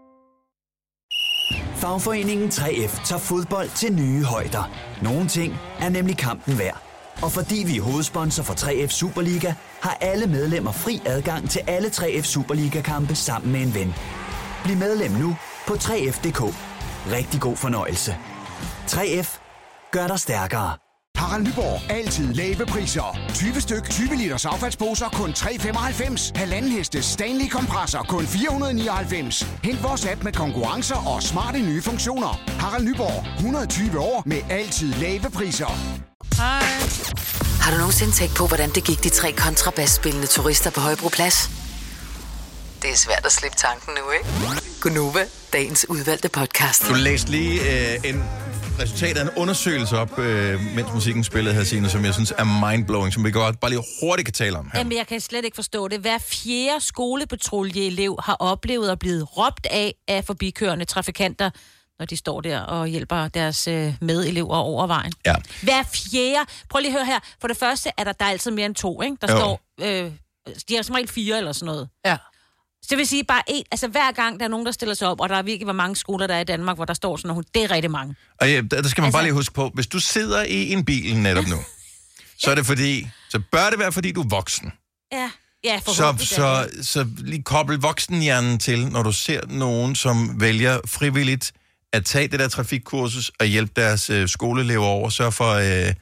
Fagforeningen 3F tager fodbold til nye højder. Nogle ting er nemlig kampen værd. Og fordi vi er hovedsponsor for 3F Superliga, har alle medlemmer fri adgang til alle 3F Superliga-kampe sammen med en ven. Bliv medlem nu på 3F.dk. Rigtig god fornøjelse. 3F gør dig stærkere. Harald Nyborg. Altid lave priser. 20 styk, 20 liters affaldsposer kun 3,95. Halvanden heste Stanley kompresser kun 499. Hent vores app med konkurrencer og smarte nye funktioner. Harald Nyborg. 120 år med altid lave priser. Hej. Har du nogensinde tænkt på, hvordan det gik de 3 kontrabasspillende turister på Højbroplads? Det er svært at slippe tanken nu, ikke? Gunova, dagens udvalgte podcast. Du læste lige en resultat af en undersøgelse op, mens musikken spillede her, Signe, som jeg synes er mindblowing, som vi godt bare lige hurtigt kan tale om her. Jamen, jeg kan slet ikke forstå det. Hver 4. skolepatruljeelev har oplevet at blive råbt af forbikørende trafikanter, når de står der og hjælper deres medelever over vejen. Ja. Hver 4. Prøv lige at høre her. For det første er der er altid mere end 2, ikke? Der står, de er som regel 4 eller sådan noget. Ja. Så det vil sige bare en, altså hver gang der er nogen, der stiller sig op, og der er virkelig, hvor mange skoler der er i Danmark, hvor der står sådan noget, det er rigtig mange. Og ja, der skal man bare lige huske på, hvis du sidder i en bil netop nu, så er det fordi, så bør det være, fordi du er voksen. Ja, så lige koble voksenhjernen til, når du ser nogen, som vælger frivilligt at tage det der trafikkursus og hjælpe deres skoleelever over, sørge for,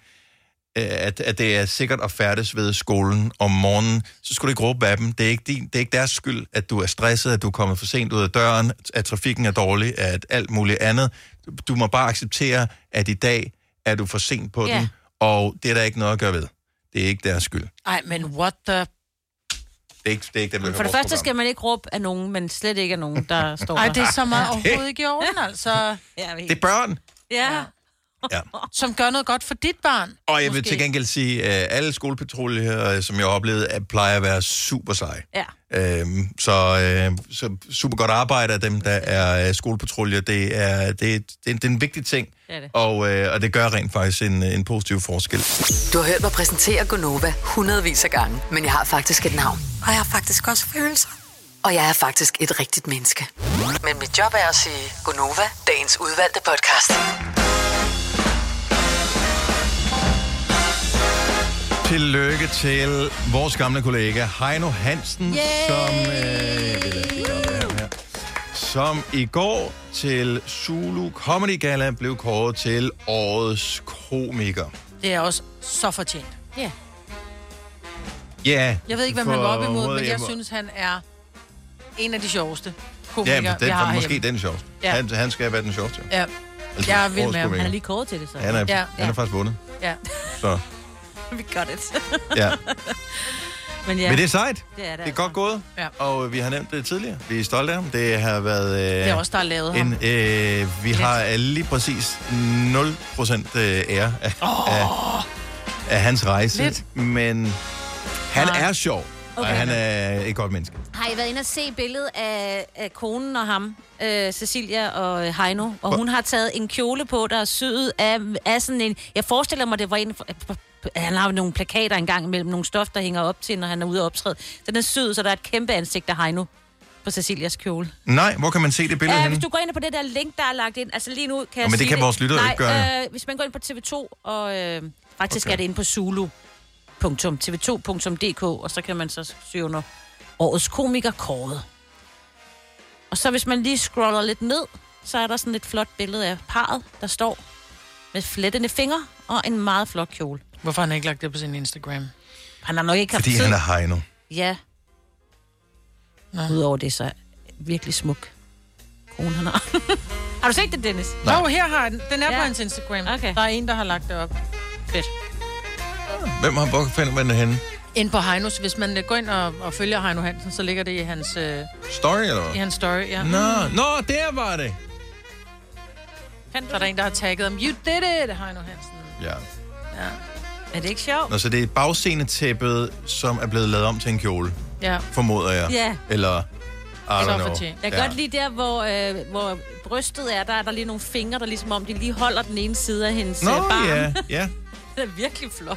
at det er sikkert at færdes ved skolen om morgenen, så skulle du ikke råbe af dem. Det er ikke deres skyld, at du er stresset, at du er kommet for sent ud af døren, at trafikken er dårlig, at alt muligt andet. Du må bare acceptere, at i dag er du for sent på den, og det er der ikke noget at gøre ved. Det er ikke deres skyld. Ej, men what the... Det er ikke dem, for det første skal man ikke råbe af nogen, men slet ikke af nogen, der står der. Ej, det er så meget overhovedet ikke i orden, altså. Det er børn. Ja. Som gør noget godt for dit barn. Og jeg vil til gengæld sige, at alle skolepatruljer, som jeg oplevede, plejer at være super seje. Ja. Så super godt arbejde af dem, der er skolepatruljer. Det er en vigtig ting, det. Og det gør rent faktisk en positiv forskel. Du har hørt mig præsentere Gunova hundredvis af gange, men jeg har faktisk et navn. Og jeg har faktisk også følelser. Og jeg er faktisk et rigtigt menneske. Men mit job er at sige Gunova, dagens udvalgte podcast. Tillykke til vores gamle kollega Heino Hansen, som i går til Zulu Comedy Gala blev kåret til årets komiker. Det er også så fortjent. Ja. Ja. Jeg ved ikke, hvem han var op imod, men jeg synes, han er en af de sjoveste komikere, vi har måske hjemme. den sjoveste. Ja. Han skal være den sjoveste. Ja. Altså, jeg er vild med ham. Han er lige kåret til det, så. Han er faktisk vundet. Ja. Så. We got it. Ja. Men det er sejt. Det er godt gået. Ja. Og vi har nævnt det tidligere. Vi er stolte af ham. Det har været... det er også der har lavet ham. Vi har lige præcis 0% ære af hans rejse. Lidt. Men han er sjov. Okay. Og han er et godt menneske. Har I været inde og se billedet af konen og ham, Cecilia og Heino? Og hun har taget en kjole på, der er syet af sådan en... Jeg forestiller mig, det var en... Han har nogle plakater engang mellem nogle stof, der hænger op til, når han er ude og optræde. Den er syet, så der er et kæmpe ansigt af Heino på Cecilias kjole. Nej, hvor kan man se det billede henne? Hvis du går ind på det der link, der er lagt ind. Altså lige nu kan jeg men det kan vores lyttere ikke gøre. Hvis man går ind på TV2, og faktisk er det inde på Zulu.tv2.dk, og så kan man så søge under årets komiker kåret. Og så hvis man lige scroller lidt ned, så er der sådan et flot billede af parret, der står med flettende fingre og en meget flot kjole. Hvorfor har han ikke lagt det på sin Instagram? Han har nok ikke haft Fordi tid. han er Heino. Ja. Udover det, så virkelig smuk kone han har. Har du set det, Dennis? Nå, her har den. Den er Ja. på hans Instagram. Okay. Der er en, der har lagt det op. Fedt. Hvem har brugt finder man henne? Ind på Heinos. Hvis man går ind og følger Heino Hansen, så ligger det i hans... Story, eller hvad? I hans story, ja. Nå, der var det. Så er der en, der har tagget ham. You did it, Heino Hansen. Ja. Ja. Er det ikke sjovt? Nå, så det er bagscenetæppet, som er blevet lavet om til en kjole, Ja. formoder jeg. Ja. Eller, I don't know. Jeg kan godt lide der, hvor brystet er, der er der lige nogle fingre, der ligesom om de lige holder den ene side af hendes barm. ja. Det er virkelig flot.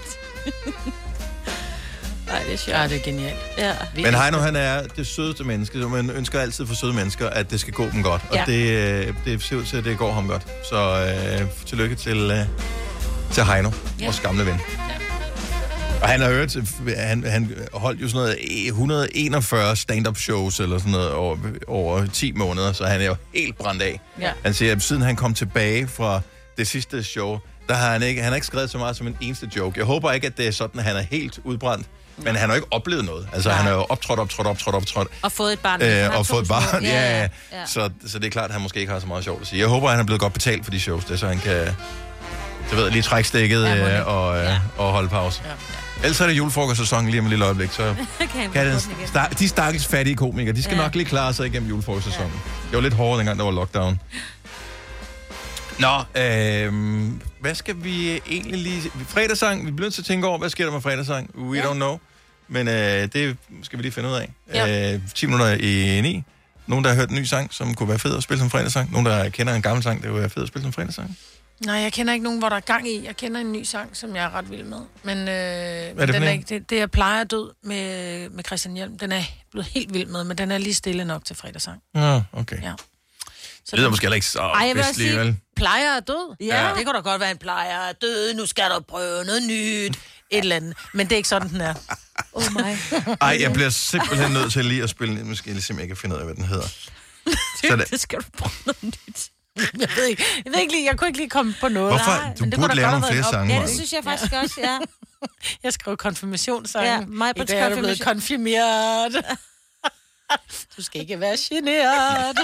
Ej, det er sjovt. Ja, det er genialt. Ja. Men Heino, han er det sødeste menneske, så man ønsker altid for søde mennesker, at det skal gå dem godt. Og det ser ud til, at det går ham godt. Så tillykke til Heino, vores gamle ven. Og han har hørt, han holdt jo sådan noget 141 stand-up shows eller sådan noget over 10 måneder, så han er jo helt brændt af. Ja. Han siger, at siden han kom tilbage fra det sidste show, der har han har ikke skrevet så meget som en eneste joke. Jeg håber ikke, at det er sådan, at han er helt udbrændt, men han har jo ikke oplevet noget. Altså, han har jo optrådt. Og fået et barn. Og fået et barn, ja. Ja. Så det er klart, at han måske ikke har så meget sjovt at sige. Jeg håber, at han er blevet godt betalt for de shows, så han kan lige trække stikket og holde pause. Ja. Ellers er det julefrokostsæson lige om et lille øjeblik, så kan de stakkels fattige komikere, de skal nok lige klare sig igennem julefrokostsæsonen. Det var lidt hårdere, dengang der var lockdown. Nå, hvad skal vi egentlig lige... Fredagssang, vi bliver nødt til at tænke over, hvad sker der med fredagssang? We don't know. Men det skal vi lige finde ud af. Ja. 10 minutter i 9. Nogen, der har hørt en ny sang, som kunne være fed at spille som fredagssang. Nogen, der kender en gammel sang, der kunne være fed at spille som fredagssang. Nej, jeg kender ikke nogen, hvor der er gang i. Jeg kender en ny sang, som jeg er ret vild med. Men er det den er ikke, det er Plejer død med Christian Hjelm. Den er jeg blevet helt vild med, men den er lige stille nok til fredagssang. Ja, okay. Ja. Det lyder måske heller ikke så festligt, vel? Plejer er død? Ja. Det kan da godt være, en plejer er død. Nu skal der prøve noget nyt. Et eller andet. Men det er ikke sådan, den er. Oh my. Ej, jeg bliver simpelthen nødt til lige at spille den. Måske simpelthen ikke finde ud af, hvad den hedder. Det skal du prøve noget nyt. Jeg ved ikke lige, jeg kunne ikke lige komme på noget. Hvorfor? Du burde lave nogle flere sange. Ja, det synes jeg faktisk også, ja. Jeg skrev konfirmationssange. Ja, mig på i dag er du blevet konfirmeret. Du skal ikke være generet.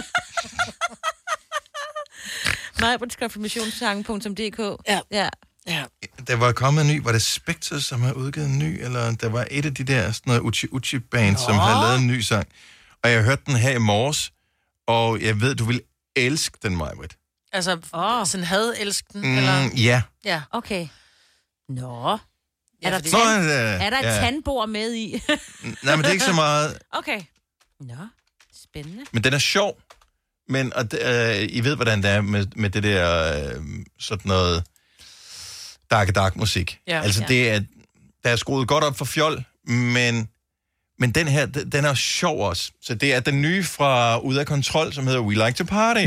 Mig.konfirmationssange.dk. Ja. Der var kommet en ny, var det Spectre, som har udgivet en ny, eller der var et af de der sådan noget Uchi-Uchi-band, som havde lavet en ny sang. Og jeg hørte den her i morges, og jeg ved, du vil elske den, Majbrit. Altså, sådan elsk den, eller? Ja. Ja. Okay. Nå. Er der, er der et tandbord med i? Nej, men det er ikke så meget. Okay. Nå, spændende. Men den er sjov. Men I ved, hvordan det er med det der sådan noget dark musik. Ja. Altså, det er, der er skruet godt op for fjol, men den her, den er sjov også. Så det er den nye fra Ud af Kontrol, som hedder We Like to Party.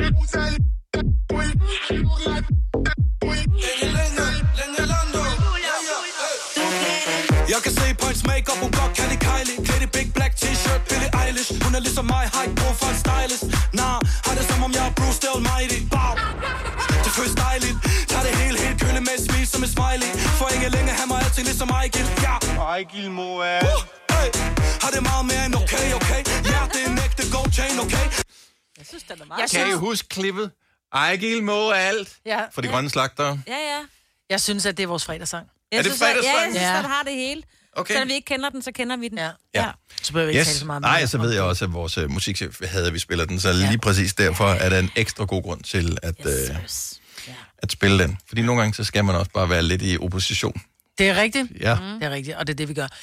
Jeg kan se på hendes make-up, hun godt kan lide Kylie. Klædt i big black t-shirt, Billie Eilish. Hun er ligesom mig, har ikke brug for en stylist. Har det som om jeg er Bruce the Almighty. Bow. Det føles dejligt. Tag det helt køle med et smil som en smiley. For ingen længe, han må altid ligesom Ejgil. Ja. Ejgil må hey. Har det meget mere end okay. Ja, det er en ægte gold chain, okay? Jeg synes, den er meget. Kan I huske klippet? Ejgil må alt. Ja. For de grønne slagtere. Ja. Jeg synes, at det er vores fredagssang. Er det fredagssang? Jeg synes, den har det hele. Okay. Selvom vi ikke kender den, så kender vi den. Ja. Så behøver vi ikke tale så meget med Nej, så ved jeg også, at vores musikchef havde, vi spiller den. Så lige præcis derfor er der en ekstra god grund til at spille den. Fordi nogle gange, så skal man også bare være lidt i opposition. Det er rigtigt. Ja. Det er rigtigt, og det er det, vi gør.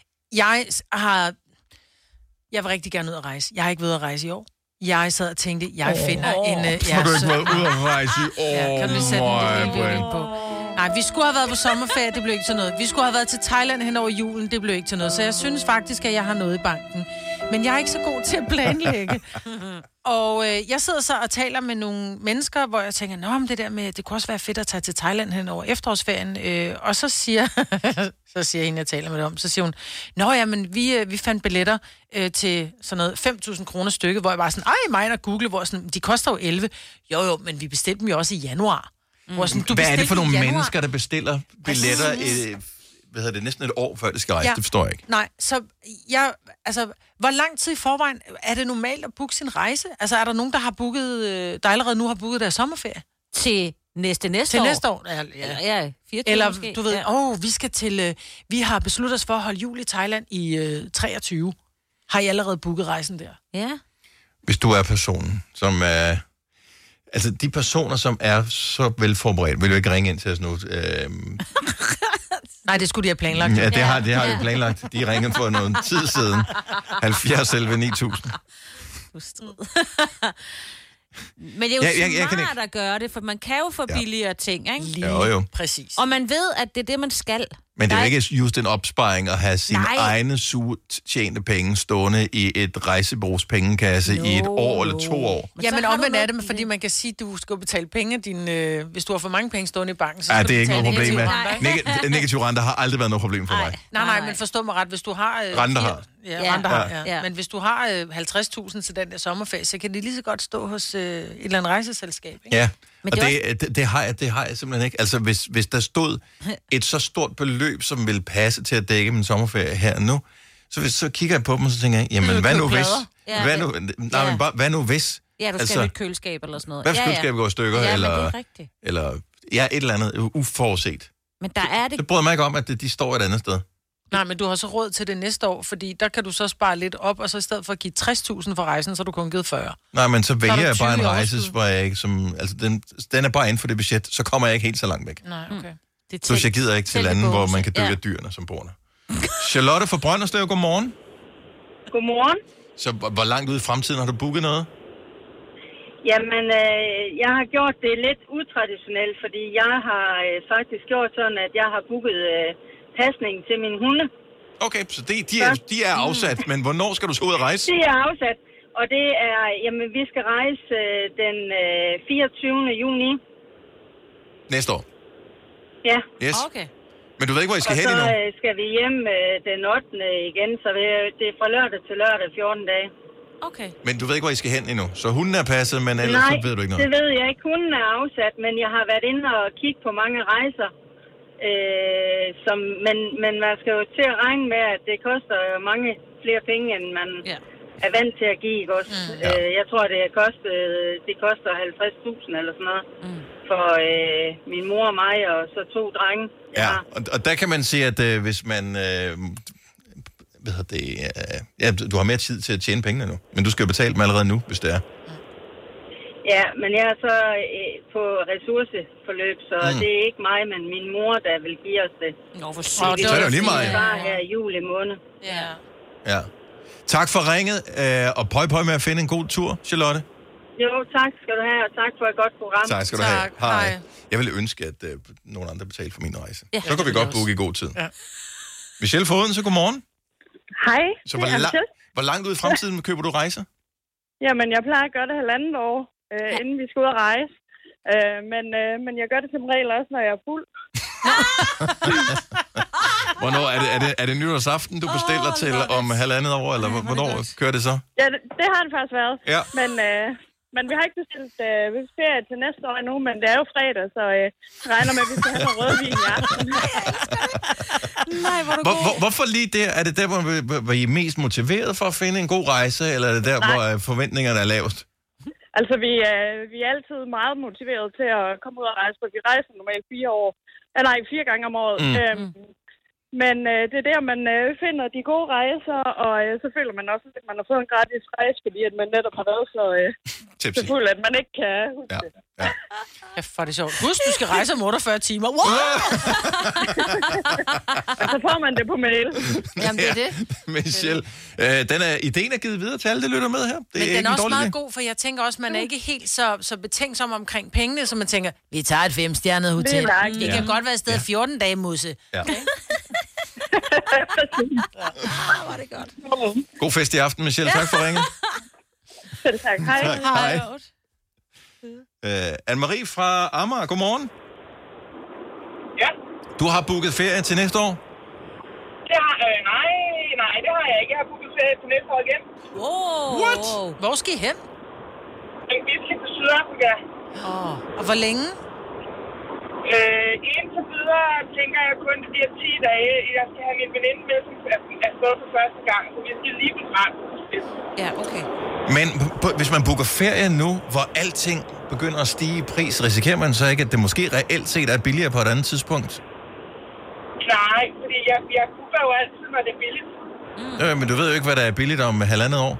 Jeg vil rigtig gerne ud at rejse. Jeg har ikke været at rejse i år. Jeg sad og tænkte, jeg finder en... Har du ikke været ude at rejse i år? Ja, kan du lige sætte en lille på? Nej, vi skulle have været på sommerferie, det blev ikke til noget. Vi skulle have været til Thailand hen over julen, det blev ikke til noget. Så jeg synes faktisk, at jeg har noget i banken. Men jeg er ikke så god til at planlægge. Og jeg sidder så og taler med nogle mennesker, hvor jeg tænker, men det der med, det kunne også være fedt at tage til Thailand hen over efterårsferien. Og så siger hende, jeg taler med dem om, så siger hun, men vi fandt billetter til sådan noget 5.000 kroner stykke, hvor jeg bare sådan, mig og Google, hvor sådan, de koster jo 11. Jo, men vi bestilte dem jo også i januar. Sådan, hvad er det for nogle mennesker, der bestiller billetter næsten et år, før det skal rejse. Ja. Det forstår jeg ikke. Nej, så hvor lang tid i forvejen er det normalt at booke sin rejse? Altså, er der nogen, der allerede nu har booket deres sommerferie? Til næste år? Til næste år, ja 24 eller, måske. du ved, vi har besluttet os for at holde jul i Thailand i 23. Har I allerede booket rejsen der? Ja. Hvis du er personen, som er... Altså, de personer, som er så velforberedt, vil jo ikke ringe ind til os nu. Nej, det skulle de have planlagt. Ja, det har de planlagt. De ringede for noget tid siden. 70 11 9000. Men det er jo smart at gøre det, for man kan jo få billigere ting, ikke? Jo. Præcis. Og man ved, at det er det, man skal. Men det er jo ikke just en opsparing at have sine egne tjente penge stående i et rejsebureaus pengekasse i et år eller 2 år. Ja, men omvendt er det, fordi man kan sige, at du skal betale penge hvis du har for mange penge stående i banken, så skal det er du ikke noget problem med. Negativ renter har aldrig været noget problem for mig. Nej, men forstå mig ret, hvis du har... Renter har. Renter har, ja. Men hvis du har 50.000 til den der sommerferie, så kan det lige så godt stå hos et eller andet rejseselskab, ikke? Ja. Men det har jeg simpelthen ikke. Altså, hvis der stod et så stort beløb, som ville passe til at dække min sommerferie her nu, så kigger jeg på dem, og så tænker jeg, jamen, hvad nu hvis? Hvad nu hvis? Ja, du skal have et køleskab eller sådan noget. Hvad hvis køleskabet går i stykker? Eller et eller andet uforudset. Men der er det... Det bryder mig ikke om, at de står et andet sted. Nej, men du har så råd til det næste år, fordi der kan du så spare lidt op, og så i stedet for at give 60.000 for rejsen, så har du kun givet 40. Nej, men så vælger jeg bare en rejse, hvor jeg ikke den er bare inden for det budget, så kommer jeg ikke helt så langt væk. Nej, okay. Så jeg gider ikke til lande, hvor man kan dø af dyrene, som bor der. Charlotte fra Brønderslev, godmorgen. Godmorgen. Så hvor langt ud i fremtiden har du booket noget? Jamen, jeg har gjort det lidt utraditionelt, fordi jeg har faktisk gjort sådan, at jeg har booket pasning til mine hunde. Okay, så de er afsat, men hvornår skal du så ud og rejse? De er afsat, og det er, jamen, vi skal rejse den 24. juni. Næste år? Ja. Yes. Okay. Men du ved ikke, hvor I skal hen endnu? Og så skal vi hjem den 8. igen, så det er fra lørdag til lørdag 14 dage. Okay. Men du ved ikke, hvor I skal hen endnu? Så hunden er passet, men ellers så ved du ikke noget? Nej, det ved jeg ikke. Hunden er afsat, men jeg har været inde og kigge på mange rejser. Men man skal jo til at regne med, at det koster mange flere penge, end man er vant til at give. Ikke også? Jeg tror, det koster 50.000 eller sådan noget for min mor og mig, og så 2 drenge. Ja, og der kan man sige, at hvis man... du har mere tid til at tjene pengene nu, men du skal jo betale dem allerede nu, hvis det er. Ja, men jeg er så på ressourceforløb, så det er ikke mig, men min mor, der vil give os det. Nå, for sødt. Så er det jo lige meget. Bare her i juli måned. Ja. Tak for ringet, og pøj med at finde en god tur, Charlotte. Jo, tak skal du have, og tak for et godt program. Tak skal du have. Hej. Jeg ville ønske, at nogen andre betalte for min rejse. Ja, så kan vi godt booke i god tid. Ja. Michelle Foden, så godmorgen. Hej. Så hvor langt ud i fremtiden køber du rejser? Jamen, jeg plejer at gøre det 1,5 år, inden vi skal ud og rejse. Men jeg gør det som regel også, når jeg er fuld. Hvornår er det nytårsaften, du bestiller til om 1,5 år, eller hvornår kører det så? Ja, det har det faktisk været. Ja. Men vi har ikke bestilt ferie til næste år endnu, men det er jo fredag, så regner med, at vi skal have noget rødvin i aften. Nej, hvorfor lige der? Er det der, hvor I er mest motiveret for at finde en god rejse, eller er det der, hvor forventningerne er lavest? Altså, vi er altid meget motiveret til at komme ud og rejse, for vi rejser normalt 4 gange om året. Men det er der, man finder de gode rejser, og så føler man også, at man har fået en gratis rejse, fordi at man netop har været så fuld, at man ikke kan huske det. Ja. Ja, for det sjovt. Husk, du skal rejse om 48 timer. Wow! Så får man det på mail. Jamen, det er det. Michelle, ideen er givet videre til alle, der lytter med her. Men den er også meget god, for jeg tænker også, man er ikke helt så betænksom omkring pengene, så man tænker, vi tager et 5-stjernet hotel. Det kan godt være et sted 14 dage, Musse. Ja. Okay? Var det godt. God fest i aften, Michelle. Tak for ringet. Selv tak. Hej. Hej. Anne-Marie fra Amager, godmorgen. Ja. Du har booket ferie til næste år? Det har, nej, det har jeg ikke. Jeg har booket ferie til næste år igen. What? Hvor skal I hen? Vi skal til Sydafrika. Og hvor længe? Indtil videre tænker jeg kun, det bliver 10 dage. Jeg skal have min veninde med, som er stået for første gang, så vi skal lige begrænse. Ja, okay. Men hvis man booker ferie nu, hvor alting begynder at stige i pris, risikerer man så ikke, at det måske reelt set er billigere på et andet tidspunkt? Nej, fordi jeg booker jo altid, når det er billigt. Men du ved jo ikke, hvad der er billigt om 1,5 år.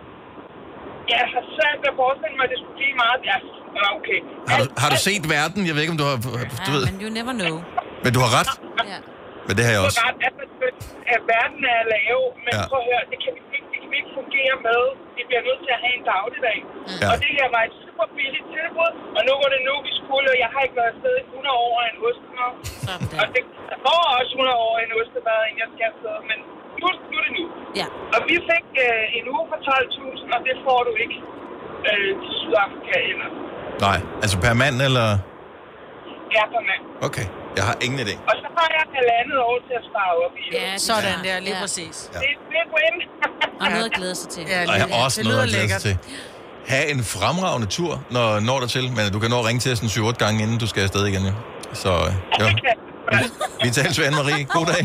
Jeg har svært ved at forestille mig, at det skulle blive meget. Ja, okay. Har du set verden? Jeg ved ikke, om du har... Du ved. Men you never know. Men du har ret. Ja. Men det har jeg også. At verden er lav, men prøv at høre, det kan vi ikke fungere med. Vi bliver nødt til at have en dagligdag. Ja. Og det her var et super billigt tilbud, og nu var det nu, vi skulle, og jeg har ikke været afsted i 100 år af en ostemad. Og det går også 100 år af en ostemad, inden jeg skal afsted, men nu er det nu. Ja. Og vi fik en uge for 12.000, og det får du ikke til Sydafrika ellers. Nej, altså per mand, eller? Ja, per mand. Okay, jeg har ingen idé. Og så har jeg 1,5 år til at spare op i. Ja, sådan der, lige præcis. Ja. Det er win. Og noget at glæde sig til. Ja, og jeg har også noget at glæde sig til. Ha' en fremragende tur, når der til, men du kan nå at ringe til os 7-8 gange, inden du skal afsted igen. Ja. Så ja. Vi tales ved Anne-Marie. God dag.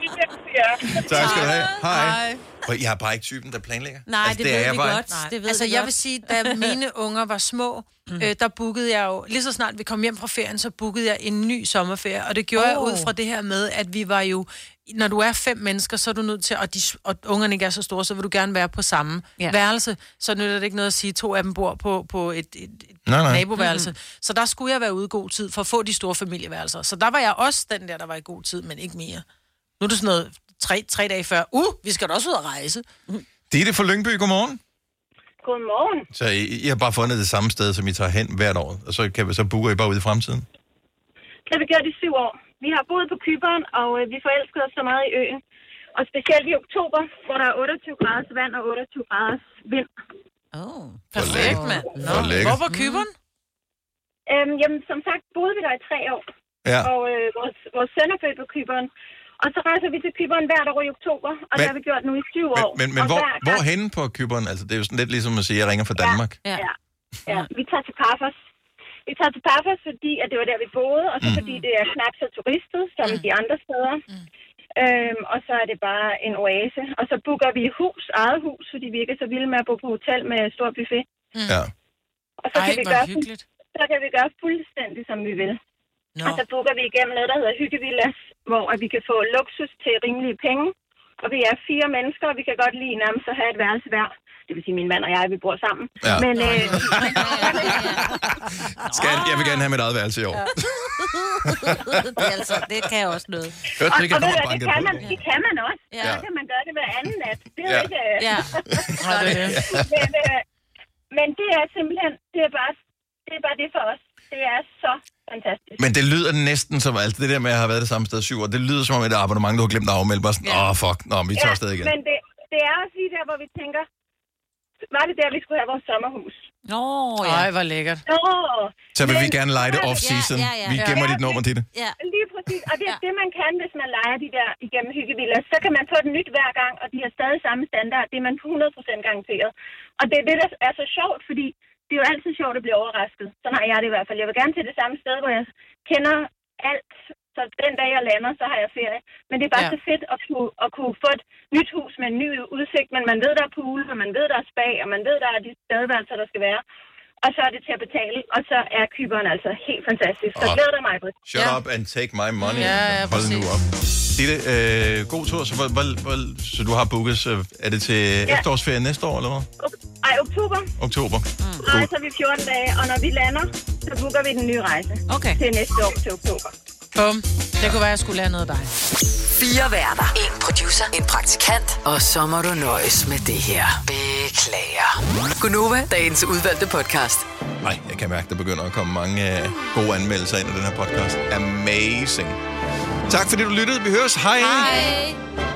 Tak skal du have. Hej. Jeg er bare ikke typen, der planlægger. Nej, altså, det ved vi godt. Det ved altså, vi jeg godt. vil sige, da mine unger var små, der bookede jeg jo, lige så snart vi kom hjem fra ferien, så bookede jeg en ny sommerferie. Og det gjorde jeg ud fra det her med, at vi var jo, når du er 5 mennesker, så er du nødt til, og ungerne ikke er så store, så vil du gerne være på samme værelse. Så nytter det ikke noget at sige, 2 af dem bor på et naboværelse. Så der skulle jeg være ude i god tid for at få de store familieværelser. Så der var jeg også den der var i god tid, men ikke mere. Nu er det sådan noget 3 dage før. Vi skal da også ud og rejse. Ditte fra Lyngby, godmorgen. Godmorgen. Så I har bare fundet det samme sted, som I tager hen hvert år, og så booker I bare ud i fremtiden? Det har vi gjort i 7 år. Vi har boet på Cypern, og vi forelskede os så meget i øen. Og specielt i oktober, hvor der er 28 graders vand og 28 graders vind. Perfekt, mand. Hvor var Cypern? Jamen, som sagt, boede vi der i 3 år. Ja. Og vores søn er født på Cypern. Og så rejser vi til Cypern hvert år i oktober, og det har vi gjort nu i 7 år. Men hvor henne på Cypern? Altså, det er jo sådan lidt ligesom at sige, at jeg ringer fra Danmark. Ja. Vi tager til Paphos. Vi tager til Paphos, fordi at det var der, vi boede, og så fordi det er knap så turistet som de andre steder. Og så er det bare en oase. Og så booker vi eget hus, fordi vi ikke er så vilde med at bo på hotel med stor buffet. Ja. Og så kan vi gøre fuldstændig, som vi vil. Og så booker vi igennem noget, der hedder Hyggevillas, hvor vi kan få luksus til rimelige penge. Og vi er 4 mennesker, og vi kan godt lide nærmest at have et værelse hver. Det vil sige, min mand og jeg, vi bor sammen. Ja. Men, jeg vil gerne have mit eget værelse i år. Ja. det kan også noget. Det kan man også. Ja. Så kan man gøre det hver anden nat. Det er ikke... Men det er simpelthen, det er bare det for os. Det er så fantastisk. Men det lyder næsten som alt det der med, at jeg har været det samme sted 7 år. Det lyder som om et abonnement, du har glemt at afmelde. Bare sådan, fuck, vi tager afsted igen. Men det er også lige der, hvor vi tænker, var det der, vi skulle have vores sommerhus? Ej, hvor lækkert. Så vil vi gerne lege det off-season. Vi gemmer dit nummer til det. Ja. Lige præcis. Og det er det, man kan, hvis man leger de der igennem Hyggevillas. Så kan man få det nyt hver gang, og de har stadig samme standard. Det er man 100% garanteret. Og det er det, der er så sjovt, fordi det er jo altid sjovt at blive overrasket. Sådan har jeg det i hvert fald. Jeg vil gerne til det samme sted, hvor jeg kender alt. Så den dag, jeg lander, så har jeg ferie. Men det er bare så fedt at kunne få et nyt hus med en ny udsigt. Men man ved, der er pool, og man ved, der er spa, og man ved, der er de stedværelser, der skal være. Og så er det til at betale. Og så er Cypern altså helt fantastisk. Så glæder dig mig, Britt. Shut up and take my money. Hold nu op. Ditte, god tur. Så du har booket, er det til efterårsferien næste år, eller hvad? Ej, oktober. Så rejser vi 14 dage, og når vi lander, så booker vi den nye rejse. Til næste år til oktober. Bum. Det kunne være, at jeg skulle lære noget af dig. 4 værter. 1 producer. 1 praktikant. Og så må du nøjes med det her. Beklager. Gunova, dagens udvalgte podcast. Nej, jeg kan mærke, der begynder at komme mange gode anmeldelser ind i den her podcast. Amazing. Tak fordi du lyttede. Vi høres. Hej. Hej.